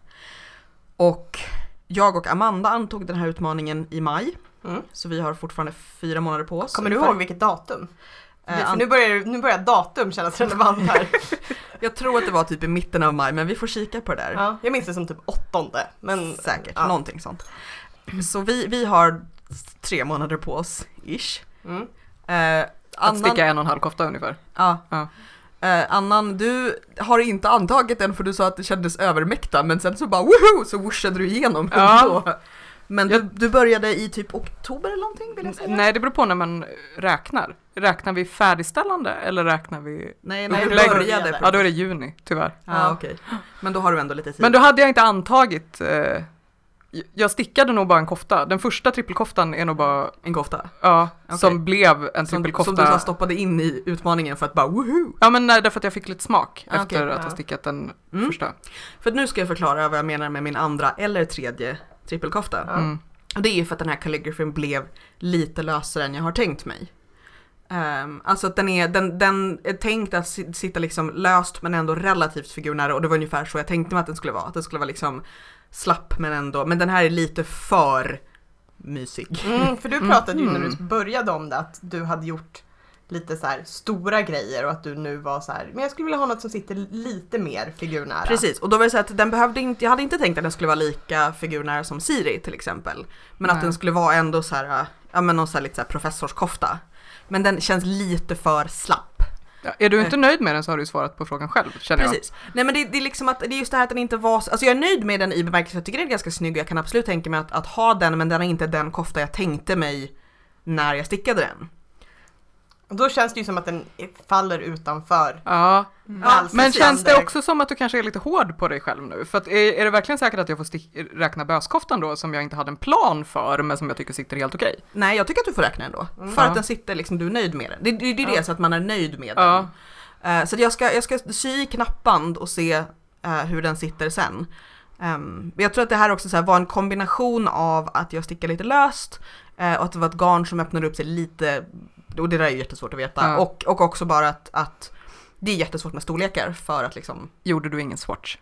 [SPEAKER 1] Och jag och Amanda antog den här utmaningen i maj.
[SPEAKER 4] Mm.
[SPEAKER 1] Så vi har fortfarande fyra månader på oss.
[SPEAKER 4] Kommer du
[SPEAKER 1] ungefär.
[SPEAKER 4] ihåg vilket datum?
[SPEAKER 1] Eh,
[SPEAKER 4] för
[SPEAKER 1] an-
[SPEAKER 4] nu börjar, nu börjar datum kännas relevant här.
[SPEAKER 1] Jag tror att det var typ i mitten av maj, men vi får kika på det där.
[SPEAKER 4] Ja, jag minns det som typ åttonde. Men,
[SPEAKER 1] Säkert,
[SPEAKER 4] ja.
[SPEAKER 1] någonting sånt. Så vi, vi har tre månader på oss, ish.
[SPEAKER 4] Mm.
[SPEAKER 1] Eh,
[SPEAKER 2] Att
[SPEAKER 1] Annan,
[SPEAKER 2] sticka en och en halv kofta ungefär.
[SPEAKER 1] ja.
[SPEAKER 2] Ja.
[SPEAKER 1] Eh, Annan, du har inte antagit den för du sa att det kändes övermäkta, men sen så bara woho, så whooshade du igenom.
[SPEAKER 2] Ja.
[SPEAKER 1] Då. Men du, du började i typ oktober eller någonting, vill jag säga?
[SPEAKER 2] Nej, det beror på när man räknar. Räknar vi färdigställande eller räknar vi...
[SPEAKER 1] Nej,
[SPEAKER 4] Nej,
[SPEAKER 1] när du
[SPEAKER 4] du
[SPEAKER 1] började.
[SPEAKER 4] började.
[SPEAKER 1] på-
[SPEAKER 2] Ja, då är det juni, tyvärr.
[SPEAKER 1] Ja, okej. Men då har du ändå lite tid.
[SPEAKER 2] Men då hade jag inte antagit... Eh, jag stickade nog bara en kofta. Den första trippelkoftan är nog bara...
[SPEAKER 1] En kofta.
[SPEAKER 2] Ja,
[SPEAKER 1] Okej.
[SPEAKER 2] som blev en
[SPEAKER 1] Som,
[SPEAKER 2] trippelkofta.
[SPEAKER 1] som du så stoppade in i utmaningen för att bara woho!
[SPEAKER 2] Ja, men nej, därför att jag fick lite smak
[SPEAKER 1] Ah,
[SPEAKER 2] efter
[SPEAKER 1] okej,
[SPEAKER 2] att ha
[SPEAKER 4] ja.
[SPEAKER 2] stickat den
[SPEAKER 1] Mm.
[SPEAKER 2] första.
[SPEAKER 1] För att nu ska jag förklara vad jag menar med min andra eller tredje trippelkofta.
[SPEAKER 4] Ja.
[SPEAKER 2] Mm.
[SPEAKER 1] Och det är ju för att den här calligraphin blev lite lösare än jag har tänkt mig. Um, alltså att den är, den, den är tänkt att si- sitta liksom löst men ändå relativt figurnära, och det var ungefär så jag tänkte mig att den skulle vara. Att den skulle vara liksom slapp men ändå, men den här är lite för mysig.
[SPEAKER 4] Mm, för du pratade ju när
[SPEAKER 2] Mm.
[SPEAKER 4] du började om det att du hade gjort lite så här stora grejer och att du nu var så här, men jag skulle vilja ha något som sitter lite mer figurnära.
[SPEAKER 1] Precis, och då var det så att den behövde inte, jag hade inte tänkt att den skulle vara lika figurnära som Siri till exempel. Men att
[SPEAKER 2] Nej.
[SPEAKER 1] den skulle vara ändå så här, ja men någon så här lite så här professorskofta. Men den känns lite för slapp.
[SPEAKER 2] Ja, är du inte nöjd med den så har du ju svarat på frågan själv, känner jag.
[SPEAKER 1] Precis. Nej men det, det är liksom att det är just det här att den inte var, alltså jag är nöjd med den i bemärkelsen, jag tycker den är ganska snygg och jag kan absolut tänka mig att, att ha den, men den är inte den kofta jag tänkte mig när jag stickade den.
[SPEAKER 4] Och då känns det ju som att den faller utanför.
[SPEAKER 2] Ja,
[SPEAKER 3] Mm.
[SPEAKER 4] Ja,
[SPEAKER 2] men
[SPEAKER 4] precis.
[SPEAKER 2] känns det också som att du kanske är lite hård på dig själv nu? För att är, är det verkligen säkert att jag får stick, räkna böskoftan då, som jag inte hade en plan för, men som jag tycker sitter helt okej?
[SPEAKER 1] Nej, jag tycker att du får räkna ändå.
[SPEAKER 4] Mm.
[SPEAKER 1] För
[SPEAKER 2] Ja.
[SPEAKER 1] att den sitter liksom, du är nöjd med den. Det, det, det är
[SPEAKER 4] Ja.
[SPEAKER 1] det, så att man är nöjd med den.
[SPEAKER 2] Ja.
[SPEAKER 1] Eh, så att jag ska, jag ska sy i knappband och se eh, hur den sitter sen. Um, jag tror att det här också så här var en kombination av att jag stickar lite löst eh, och att det var ett garn som öppnade upp sig lite, och det där är ju jättesvårt att veta.
[SPEAKER 2] Ja.
[SPEAKER 1] Och, och också bara att, att det är jättesvårt med storlekar för att liksom,
[SPEAKER 2] Gjorde du ingen swatch?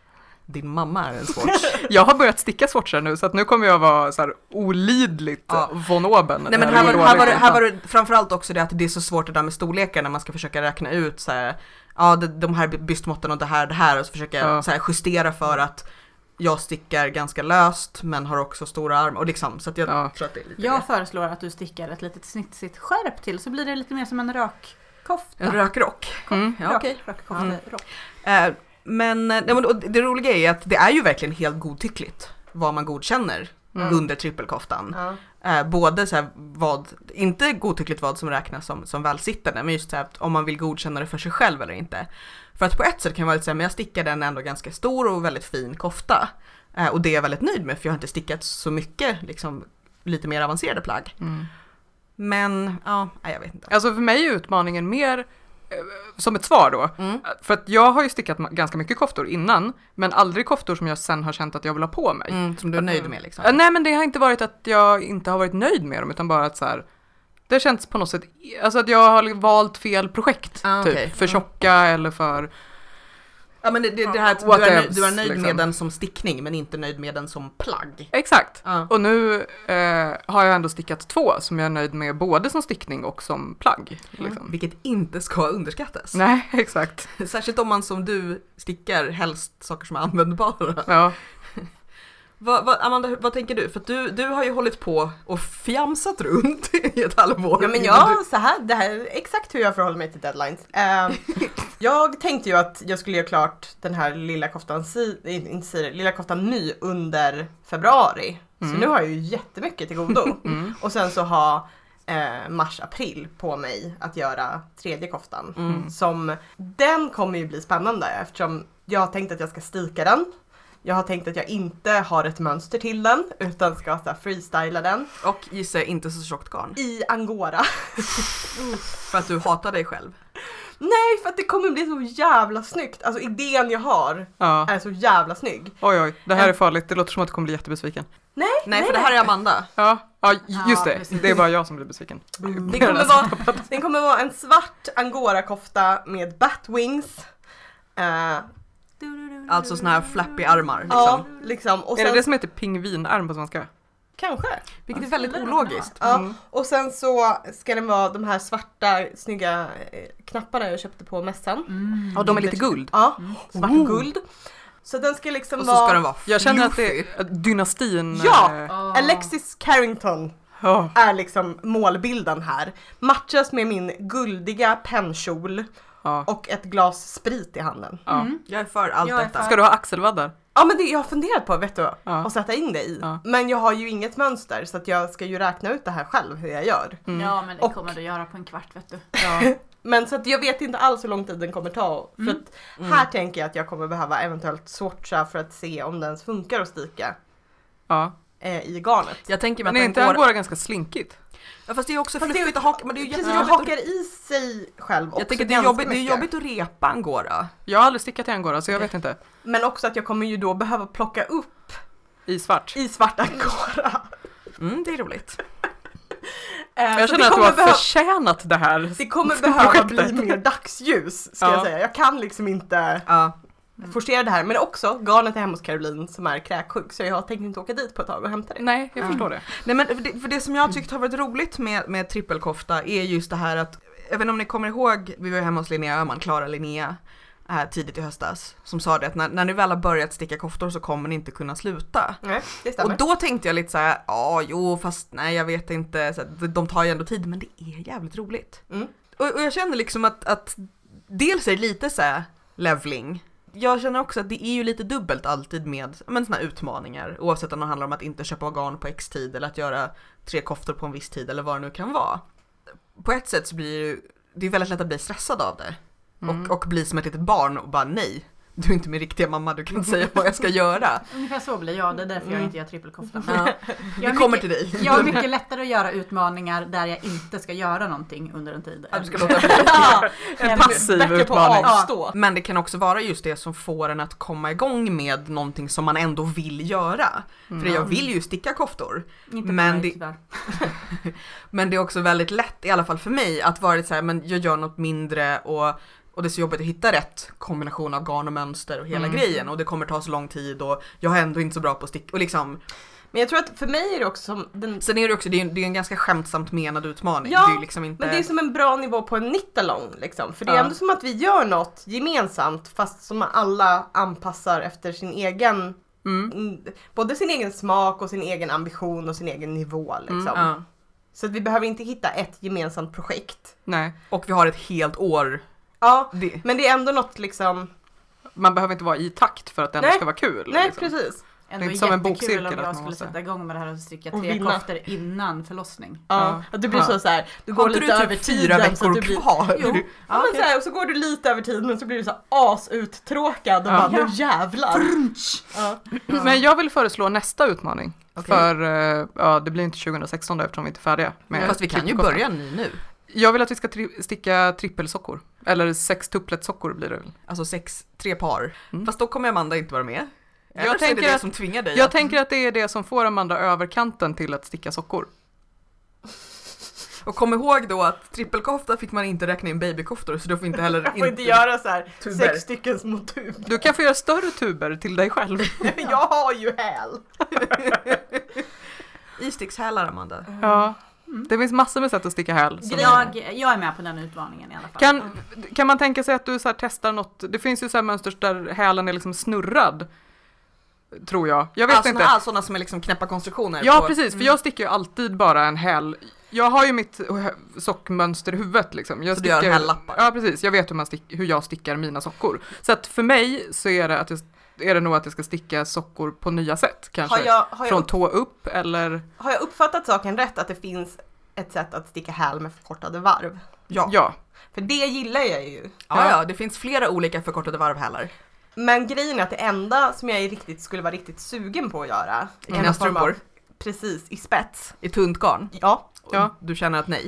[SPEAKER 1] din mamma är en swatch.
[SPEAKER 2] Jag har börjat sticka swatchar nu så att nu kommer jag vara så här olidligt
[SPEAKER 1] Ja.
[SPEAKER 2] von oben.
[SPEAKER 1] Nej men här var, här, var det, här var det framförallt också det att det är så svårt det där med storlekar när man ska försöka räkna ut så här, ja de, de här bystmåtten och det här det här och så försöka
[SPEAKER 2] Ja.
[SPEAKER 1] så här, justera för att jag stickar ganska löst men har också stora armar och liksom så att jag
[SPEAKER 2] Ja.
[SPEAKER 1] tror att det är lite
[SPEAKER 3] Jag
[SPEAKER 1] det.
[SPEAKER 3] föreslår att du stickar ett litet snitsigt skärp till så blir det lite mer som en rökkofta.
[SPEAKER 1] En rökrock.
[SPEAKER 2] Mm.
[SPEAKER 1] Ja, okej.
[SPEAKER 3] Rökkofta,
[SPEAKER 1] Mm.
[SPEAKER 3] rock.
[SPEAKER 1] Eh, men, nej, men och det roliga är att det är ju verkligen helt godtyckligt vad man godkänner
[SPEAKER 2] Mm.
[SPEAKER 1] under trippelkoftan.
[SPEAKER 4] Ja.
[SPEAKER 1] Eh, både så här, vad, inte godtyckligt vad som räknas som, som välsittande, men just så här, om man vill godkänna det för sig själv eller inte. För att på ett sätt kan man väl säga, men jag stickade en ändå ganska stor och väldigt fin kofta. Eh, och det är jag väldigt nöjd med, för jag har inte stickat så mycket, liksom, lite mer avancerade plagg.
[SPEAKER 2] Mm.
[SPEAKER 1] Men, ja, nej, jag vet inte.
[SPEAKER 2] Alltså för mig är utmaningen mer eh, som ett svar då.
[SPEAKER 1] Mm.
[SPEAKER 2] För att jag har ju stickat ma- ganska mycket koftor innan, men aldrig koftor som jag sen har känt att jag vill ha på mig.
[SPEAKER 1] Mm, som du är nöjd med liksom.
[SPEAKER 2] Eh, Nej, men det har inte varit att jag inte har varit nöjd med dem, utan bara att så här, det känns på något sätt, alltså att jag har valt fel projekt,
[SPEAKER 1] Ah,
[SPEAKER 2] typ,
[SPEAKER 1] okej.
[SPEAKER 2] för
[SPEAKER 1] Mm.
[SPEAKER 2] tjocka eller för...
[SPEAKER 1] Ja, men det, det, det här att du
[SPEAKER 2] What
[SPEAKER 1] är, nöjd,
[SPEAKER 2] else,
[SPEAKER 1] du är nöjd
[SPEAKER 2] liksom.
[SPEAKER 1] med den som stickning, men inte nöjd med den som plagg.
[SPEAKER 2] Exakt.
[SPEAKER 1] Ja.
[SPEAKER 2] Och nu eh, har jag ändå stickat två som jag är nöjd med både som stickning och som plagg. Liksom.
[SPEAKER 1] Vilket inte ska underskattas.
[SPEAKER 2] Nej, exakt.
[SPEAKER 1] Särskilt om man som du stickar helst saker som är användbara.
[SPEAKER 2] Ja.
[SPEAKER 1] Vad, vad, Amanda, vad tänker du? För att du, du har ju hållit på och fjamsat runt i ett halvår.
[SPEAKER 4] Ja men
[SPEAKER 1] innan
[SPEAKER 4] jag, så här, det här är exakt hur jag förhåller mig till deadlines. Eh, jag tänkte ju att jag skulle göra klart den här lilla koftan, si, inte si, lilla koftan ny under februari. Så
[SPEAKER 2] Mm.
[SPEAKER 4] nu har jag ju jättemycket till godo.
[SPEAKER 2] Mm.
[SPEAKER 4] Och sen så ha eh, mars-april på mig att göra tredje koftan.
[SPEAKER 1] Mm.
[SPEAKER 4] Som, den kommer ju bli spännande eftersom jag har tänkt att jag ska stika den. Jag har tänkt att jag inte har ett mönster till den utan ska så här, freestyla den
[SPEAKER 1] Och gissa inte så tjockt garn.
[SPEAKER 4] i angora.
[SPEAKER 1] För att du hatar dig själv.
[SPEAKER 4] Nej, för att det kommer bli så jävla snyggt. Alltså idén jag har
[SPEAKER 2] Ja.
[SPEAKER 4] är så jävla snygg.
[SPEAKER 2] Oj, oj. Det här är farligt. Det låter som att du kommer bli jättebesviken.
[SPEAKER 4] Nej,
[SPEAKER 1] Nej, för det här är Amanda.
[SPEAKER 2] Ja, ja
[SPEAKER 3] Ja,
[SPEAKER 2] just det.
[SPEAKER 3] precis.
[SPEAKER 2] Det är bara jag som blir besviken.
[SPEAKER 4] Det kommer vara, den kommer vara en svart angora-kofta med batwings. Uh,
[SPEAKER 1] Alltså såna här flappy armar. Liksom.
[SPEAKER 4] ja, liksom. Och
[SPEAKER 2] Är
[SPEAKER 4] sen,
[SPEAKER 2] det det som heter pingvinarm på svenska?
[SPEAKER 4] kanske.
[SPEAKER 1] Vilket är väldigt ologiskt.
[SPEAKER 4] Ja,
[SPEAKER 2] Mm.
[SPEAKER 4] och sen så ska den vara de här svarta snygga eh, knapparna jag köpte på mässan.
[SPEAKER 3] Mm.
[SPEAKER 2] Ja, de är lite guld.
[SPEAKER 4] Ja,
[SPEAKER 3] Mm.
[SPEAKER 4] svart
[SPEAKER 1] Oh.
[SPEAKER 4] och guld. Så den ska liksom
[SPEAKER 1] Och så
[SPEAKER 4] vara...
[SPEAKER 1] ska den vara
[SPEAKER 2] Jag känner att det
[SPEAKER 1] floofy.
[SPEAKER 2] är dynastin.
[SPEAKER 4] Ja!
[SPEAKER 2] eh,
[SPEAKER 3] Ah.
[SPEAKER 4] Alexis Carrington
[SPEAKER 2] ja.
[SPEAKER 4] är liksom målbilden här. Matchas med min guldiga pennkjol
[SPEAKER 2] Ja.
[SPEAKER 4] och ett glas sprit i handen.
[SPEAKER 2] Ja.
[SPEAKER 3] Mm.
[SPEAKER 1] Jag är för allt
[SPEAKER 3] Jag är
[SPEAKER 1] detta.
[SPEAKER 3] för-
[SPEAKER 2] Ska du ha axelvaddar?
[SPEAKER 4] Ja men det jag har funderat på, vet du,
[SPEAKER 2] Ja.
[SPEAKER 4] att sätta in det i.
[SPEAKER 2] Ja.
[SPEAKER 4] Men jag har ju inget mönster så att jag ska ju räkna ut det här själv hur jag gör.
[SPEAKER 2] Mm.
[SPEAKER 3] Ja, men det
[SPEAKER 4] Och-
[SPEAKER 3] kommer du göra på en kvart, vet du.
[SPEAKER 2] Ja.
[SPEAKER 4] Men så att jag vet inte alls hur lång tid den kommer ta. För
[SPEAKER 3] Mm.
[SPEAKER 4] att
[SPEAKER 1] Mm.
[SPEAKER 4] här tänker jag att jag kommer behöva eventuellt swatcha för att se om den ens funkar att stika
[SPEAKER 2] Ja.
[SPEAKER 4] eh, i garnet.
[SPEAKER 1] Jag tänker mig
[SPEAKER 2] Men är
[SPEAKER 1] att
[SPEAKER 2] inte
[SPEAKER 1] den går...
[SPEAKER 2] angora ganska slinkigt?
[SPEAKER 1] Ja, fast det är också
[SPEAKER 4] Fast det är-
[SPEAKER 1] fluffigt att haka, men det är ju
[SPEAKER 4] Precis,
[SPEAKER 1] jättejobbigt.
[SPEAKER 4] jag
[SPEAKER 1] att-
[SPEAKER 4] hakar i sig själv också
[SPEAKER 1] Jag tänker att det är
[SPEAKER 4] ganska
[SPEAKER 1] jobbigt, det är
[SPEAKER 4] mycket.
[SPEAKER 1] jobbigt att repa angora.
[SPEAKER 2] Jag har aldrig stickat i angora så jag vet inte.
[SPEAKER 4] Men också att jag kommer ju då behöva plocka upp
[SPEAKER 2] I svart.
[SPEAKER 4] i svart angora.
[SPEAKER 1] Mm, det är roligt.
[SPEAKER 4] Eh,
[SPEAKER 2] Jag
[SPEAKER 4] så det
[SPEAKER 2] känner att du
[SPEAKER 4] kommer
[SPEAKER 2] har
[SPEAKER 4] behöva-
[SPEAKER 2] förtjänat det här.
[SPEAKER 4] Det kommer behöva
[SPEAKER 2] projektet.
[SPEAKER 4] bli mer dagsljus, ska
[SPEAKER 2] Ja.
[SPEAKER 4] jag säga. Jag kan liksom inte
[SPEAKER 1] Ja.
[SPEAKER 4] forcera det här. Men också, garnet är hemma hos Caroline som är kräksjuk, så jag har tänkt inte åka dit på ett tag och hämta det.
[SPEAKER 2] Nej, jag
[SPEAKER 1] Ja.
[SPEAKER 2] förstår det.
[SPEAKER 1] Nej, men för det, för det som jag tyckt har varit roligt med, med trippelkofta är just det här att, jag vet inte om ni kommer ihåg, vi var hemma hos Linnea Öhman, Klara Linnea, äh, tidigt i höstas, som sa det att när, när ni väl har börjat sticka koftor så kommer ni inte kunna sluta.
[SPEAKER 4] Nej, det stämmer.
[SPEAKER 1] Och då tänkte jag lite så här, ja jo fast nej jag vet inte, så här, de- de tar ju ändå tid, men det är jävligt roligt.
[SPEAKER 4] Mm.
[SPEAKER 1] Och, och jag känner liksom att, att dels är det lite så här leveling. Jag känner också att det är ju lite dubbelt alltid med men, såna här utmaningar, oavsett om det handlar om att inte köpa garn på x tid eller att göra tre koftor på en viss tid eller vad det nu kan vara. På ett sätt så blir det ju, det är väldigt lätt att bli stressad av det.
[SPEAKER 2] Mm.
[SPEAKER 1] Och, och bli som ett litet barn och bara nej, du är inte min riktiga mamma, du kan inte säga vad jag ska göra.
[SPEAKER 3] Ungefär så blir jag, det är därför jag
[SPEAKER 1] Mm.
[SPEAKER 3] inte gör trippelkoftan.
[SPEAKER 1] Ja.
[SPEAKER 3] Jag
[SPEAKER 1] Vi
[SPEAKER 3] är
[SPEAKER 1] kommer
[SPEAKER 3] mycket-
[SPEAKER 1] till dig.
[SPEAKER 3] Jag har mycket lättare att göra utmaningar där jag inte ska göra någonting under en tid.
[SPEAKER 1] Ja, du ska
[SPEAKER 3] än-
[SPEAKER 1] låta bli.
[SPEAKER 3] Ja,
[SPEAKER 2] En
[SPEAKER 3] än-
[SPEAKER 2] passiv
[SPEAKER 4] Bättre på
[SPEAKER 2] utmaning.
[SPEAKER 4] att avstå.
[SPEAKER 1] Men det kan också vara just det som får en att komma igång med någonting som man ändå vill göra. För
[SPEAKER 2] Mm.
[SPEAKER 1] jag vill ju sticka koftor.
[SPEAKER 3] Inte
[SPEAKER 1] Men
[SPEAKER 3] men
[SPEAKER 1] det-
[SPEAKER 3] tyvärr.
[SPEAKER 1] Men det är också väldigt lätt, i alla fall för mig, att vara så här, men jag gör något mindre och, och det är så jobbigt att hitta rätt kombination av garn och mönster och hela
[SPEAKER 2] Mm.
[SPEAKER 1] grejen. Och det kommer ta så lång tid och jag är ändå inte så bra på att sticka. Och liksom,
[SPEAKER 4] Men jag tror att för mig är det också som den...
[SPEAKER 1] sen är det också, det är, en, det är en ganska skämtsamt menad utmaning.
[SPEAKER 4] Ja,
[SPEAKER 1] det är liksom inte...
[SPEAKER 4] Men det är som en bra nivå på en knit-along liksom. För det är
[SPEAKER 1] Ja.
[SPEAKER 4] ändå som att vi gör något gemensamt fast som alla anpassar efter sin egen,
[SPEAKER 2] Mm.
[SPEAKER 4] mm, både sin egen smak och sin egen ambition och sin egen nivå liksom.
[SPEAKER 2] Mm,
[SPEAKER 1] Ja.
[SPEAKER 4] Så att vi behöver inte hitta ett gemensamt projekt.
[SPEAKER 2] Nej,
[SPEAKER 1] Och vi har ett helt år.
[SPEAKER 4] Ja,
[SPEAKER 1] Det,
[SPEAKER 4] men det är ändå något liksom,
[SPEAKER 2] man behöver inte vara i takt för att det ändå
[SPEAKER 4] Nej.
[SPEAKER 2] ska vara kul.
[SPEAKER 4] nej
[SPEAKER 2] liksom.
[SPEAKER 4] precis.
[SPEAKER 3] Ändå
[SPEAKER 2] Det är inte som en
[SPEAKER 3] jättekul
[SPEAKER 2] bokcirkel
[SPEAKER 3] om
[SPEAKER 2] att man
[SPEAKER 3] jag skulle
[SPEAKER 2] måste-
[SPEAKER 3] sätta igång med det här och sticka
[SPEAKER 4] Och
[SPEAKER 3] tre
[SPEAKER 4] vinna.
[SPEAKER 3] koftor innan förlossning.
[SPEAKER 4] Ja,
[SPEAKER 2] Ja.
[SPEAKER 4] att det blir
[SPEAKER 1] Ja.
[SPEAKER 4] så, så här, du
[SPEAKER 1] har
[SPEAKER 4] går
[SPEAKER 1] inte
[SPEAKER 4] lite
[SPEAKER 1] du
[SPEAKER 4] över
[SPEAKER 1] typ fyra
[SPEAKER 4] tiden så
[SPEAKER 1] veckor
[SPEAKER 4] att du blir...
[SPEAKER 1] kvar?
[SPEAKER 4] Jo.
[SPEAKER 1] Du-
[SPEAKER 4] Ja,
[SPEAKER 3] Ja,
[SPEAKER 4] men
[SPEAKER 3] okej.
[SPEAKER 4] så här, och så går du lite över tiden men så blir du så här asuttråkad och
[SPEAKER 2] Ja.
[SPEAKER 4] bara, nu
[SPEAKER 3] Ja.
[SPEAKER 4] jävlar. Ja.
[SPEAKER 2] Men jag vill föreslå nästa utmaning.
[SPEAKER 1] Okej.
[SPEAKER 2] För, eh, ja det blir inte tjugo sexton då eftersom vi inte är färdiga. med
[SPEAKER 1] Fast vi kan ju
[SPEAKER 2] trippelkoftan.
[SPEAKER 1] börja ny nu.
[SPEAKER 2] Jag vill att vi ska tri- sticka trippelsockor. Eller sextupletsockor blir det väl.
[SPEAKER 1] Alltså sex, tre par.
[SPEAKER 2] Mm.
[SPEAKER 1] Fast då kommer Amanda inte vara med. Eller
[SPEAKER 2] Jag
[SPEAKER 1] så är det
[SPEAKER 2] tänker
[SPEAKER 1] det
[SPEAKER 2] att-
[SPEAKER 1] som tvingar dig.
[SPEAKER 2] Jag
[SPEAKER 1] att-
[SPEAKER 2] tänker att det är det som får Amanda över kanten till att sticka sockor.
[SPEAKER 1] Och kom ihåg då att trippelkofta fick man inte räkna in babykoftor, så du får inte heller
[SPEAKER 4] Jag får inte göra så här
[SPEAKER 1] Tuber.
[SPEAKER 4] sex stycken små tuber.
[SPEAKER 2] Du kan få göra större tuber till dig själv.
[SPEAKER 4] Jag har ju häl.
[SPEAKER 1] istickshälar, Amanda.
[SPEAKER 2] Ja, det finns massor med sätt att sticka häl. som-
[SPEAKER 3] Jag, jag är med på den utmaningen i alla fall.
[SPEAKER 2] Kan, kan man tänka sig att du så här testar något, det finns ju så här mönster där hälen är liksom snurrad. Tror jag. Jag vet
[SPEAKER 1] Ah,
[SPEAKER 2] inte.
[SPEAKER 1] såna, ah, såna som är liksom knäppa konstruktioner.
[SPEAKER 2] Ja
[SPEAKER 1] på,
[SPEAKER 2] precis, för jag stickar ju alltid bara en häl. Jag har ju mitt sockmönster i huvudet liksom. Jag
[SPEAKER 1] Så du gör
[SPEAKER 2] stickar-
[SPEAKER 1] hällappar?
[SPEAKER 2] Ja precis, jag vet hur, man stick, hur jag stickar mina sockor. Så att för mig så är det, att jag, är det nog att jag ska sticka sockor på nya sätt kanske.
[SPEAKER 4] Har jag, har,
[SPEAKER 2] Från
[SPEAKER 4] jag,
[SPEAKER 2] tå upp eller...
[SPEAKER 4] har jag uppfattat saken rätt att det finns ett sätt att sticka häl med förkortade varv?
[SPEAKER 1] Ja.
[SPEAKER 2] Ja.
[SPEAKER 4] För det gillar jag ju.
[SPEAKER 1] Ja, ja, det finns flera olika förkortade varvhälar.
[SPEAKER 4] Men grejen är att det enda som jag är riktigt, skulle vara riktigt sugen på att göra är
[SPEAKER 1] Mina
[SPEAKER 4] någon form av-
[SPEAKER 1] strumpor
[SPEAKER 4] Precis, i spets.
[SPEAKER 1] i tunt garn.
[SPEAKER 4] Ja.
[SPEAKER 2] Ja.
[SPEAKER 1] Och du känner att nej.
[SPEAKER 4] Det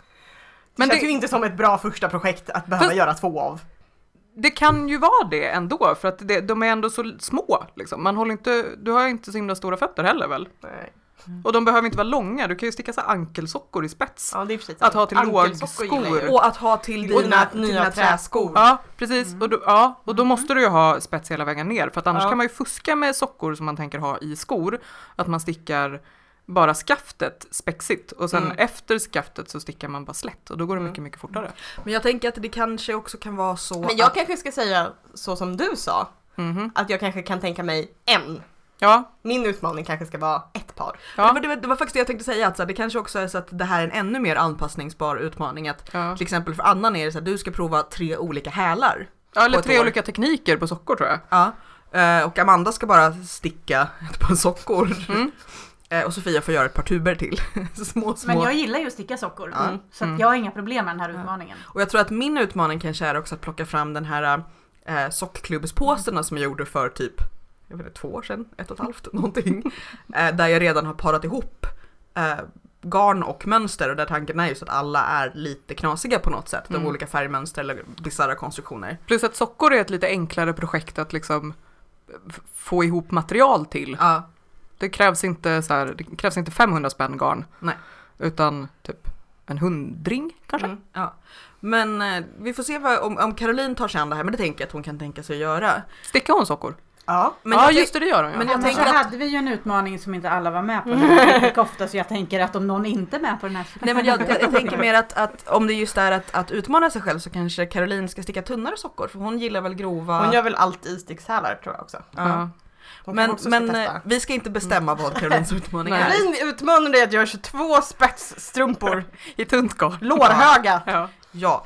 [SPEAKER 2] Men
[SPEAKER 4] känns
[SPEAKER 2] det-
[SPEAKER 4] ju inte som ett bra första projekt att behöva
[SPEAKER 2] Fast-
[SPEAKER 4] göra två av.
[SPEAKER 2] Det kan ju vara det ändå, för att det, de är ändå så små. Liksom. Man håller inte, du har ju inte så himla stora fötter heller väl?
[SPEAKER 4] Nej.
[SPEAKER 2] Och de behöver inte vara långa, du kan ju sticka så här ankelsockor i spets.
[SPEAKER 4] Ja, det är precis.
[SPEAKER 2] Att ha till
[SPEAKER 4] Ankelsockor
[SPEAKER 2] lågskor.
[SPEAKER 4] gillar jag ju.
[SPEAKER 1] Och att ha till
[SPEAKER 4] Till
[SPEAKER 1] dina,
[SPEAKER 4] dina
[SPEAKER 1] dina
[SPEAKER 4] nya
[SPEAKER 1] träskor.
[SPEAKER 2] Ja, precis. Och, då, ja, och då måste du ju ha spets hela vägen ner, för att annars
[SPEAKER 4] Ja.
[SPEAKER 2] kan man ju fuska med sockor som man tänker ha i skor. Att man stickar bara skaftet spexigt och sen
[SPEAKER 4] Mm.
[SPEAKER 2] efter skaftet så stickar man bara slätt och då går det
[SPEAKER 4] Mm.
[SPEAKER 2] mycket, mycket fortare.
[SPEAKER 1] Men jag tänker att det kanske också kan vara så
[SPEAKER 4] Men jag
[SPEAKER 1] att,
[SPEAKER 4] kanske ska säga så som du sa,
[SPEAKER 2] Mhm.
[SPEAKER 4] att jag kanske kan tänka mig en.
[SPEAKER 2] Ja,
[SPEAKER 4] Min utmaning kanske ska vara ett par.
[SPEAKER 1] det,
[SPEAKER 2] ja,
[SPEAKER 1] var, det, var, det var faktiskt det jag tänkte säga, att så här, det kanske också är så att det här är en ännu mer anpassningsbar utmaning. Att
[SPEAKER 2] ja.
[SPEAKER 1] till exempel för Anna är det så att du ska prova tre olika hälar.
[SPEAKER 2] ja eller
[SPEAKER 1] på ett
[SPEAKER 2] tre
[SPEAKER 1] år.
[SPEAKER 2] olika tekniker på sockor tror jag.
[SPEAKER 1] Ja. Eh, Och Amanda ska bara sticka ett par sockor.
[SPEAKER 2] Mm.
[SPEAKER 1] Eh, Och Sofia får göra ett par tuber till. små, små.
[SPEAKER 3] Men jag gillar ju att sticka sockor.
[SPEAKER 1] Ja.
[SPEAKER 3] Mm. Så att
[SPEAKER 2] Mm.
[SPEAKER 3] jag har inga problem med den här utmaningen.
[SPEAKER 1] Och jag tror att min utmaning kanske är också att plocka fram den här eh, sockklubbspåsen som jag gjorde för typ jag vet inte, två år sedan, ett och ett halvt, någonting. Eh, där jag redan har parat ihop eh, garn och mönster, och där tanken är just att alla är lite knasiga på något sätt.
[SPEAKER 2] Mm.
[SPEAKER 1] De olika färgmönster eller bisarra konstruktioner.
[SPEAKER 2] Plus att sockor är ett lite enklare projekt att liksom f- få ihop material till.
[SPEAKER 1] Ja,
[SPEAKER 2] Det krävs inte så här, det krävs inte femhundra spänn garn.
[SPEAKER 1] Nej.
[SPEAKER 2] Utan typ en hundring kanske.
[SPEAKER 4] Mm.
[SPEAKER 1] ja. Men eh, vi får se vad, om, om Caroline tar sig an det här, men det tänker jag att hon kan tänka sig att göra.
[SPEAKER 2] Stickar hon sockor?
[SPEAKER 4] Ja.
[SPEAKER 1] Men
[SPEAKER 2] ja
[SPEAKER 1] jag
[SPEAKER 2] just det, det gör hon ja.
[SPEAKER 1] men jag
[SPEAKER 3] Annars
[SPEAKER 1] tänker
[SPEAKER 3] så
[SPEAKER 1] att-
[SPEAKER 3] hade vi ju en utmaning som inte alla var med på. Den kofta, så jag tänker att om någon inte är med på den här så
[SPEAKER 1] Nej, men jag, jag, jag tänker mer att, att om det just är att, att utmana sig själv, så kanske Caroline ska sticka tunnare sockor, för hon gillar väl grova.
[SPEAKER 4] Hon gör väl allt istickshälar tror jag också.
[SPEAKER 1] Ja.
[SPEAKER 2] Ja.
[SPEAKER 4] Hon
[SPEAKER 1] Men,
[SPEAKER 4] också
[SPEAKER 1] men
[SPEAKER 4] ska
[SPEAKER 1] eh,
[SPEAKER 4] testa.
[SPEAKER 1] vi ska inte bestämma vad Carolines utmaning
[SPEAKER 2] Nej.
[SPEAKER 1] är.
[SPEAKER 4] Caroline utmanar dig att göra tjugotvå spetsstrumpor,
[SPEAKER 2] I tunt garn.
[SPEAKER 4] lårhöga.
[SPEAKER 2] Ja.
[SPEAKER 1] Ja.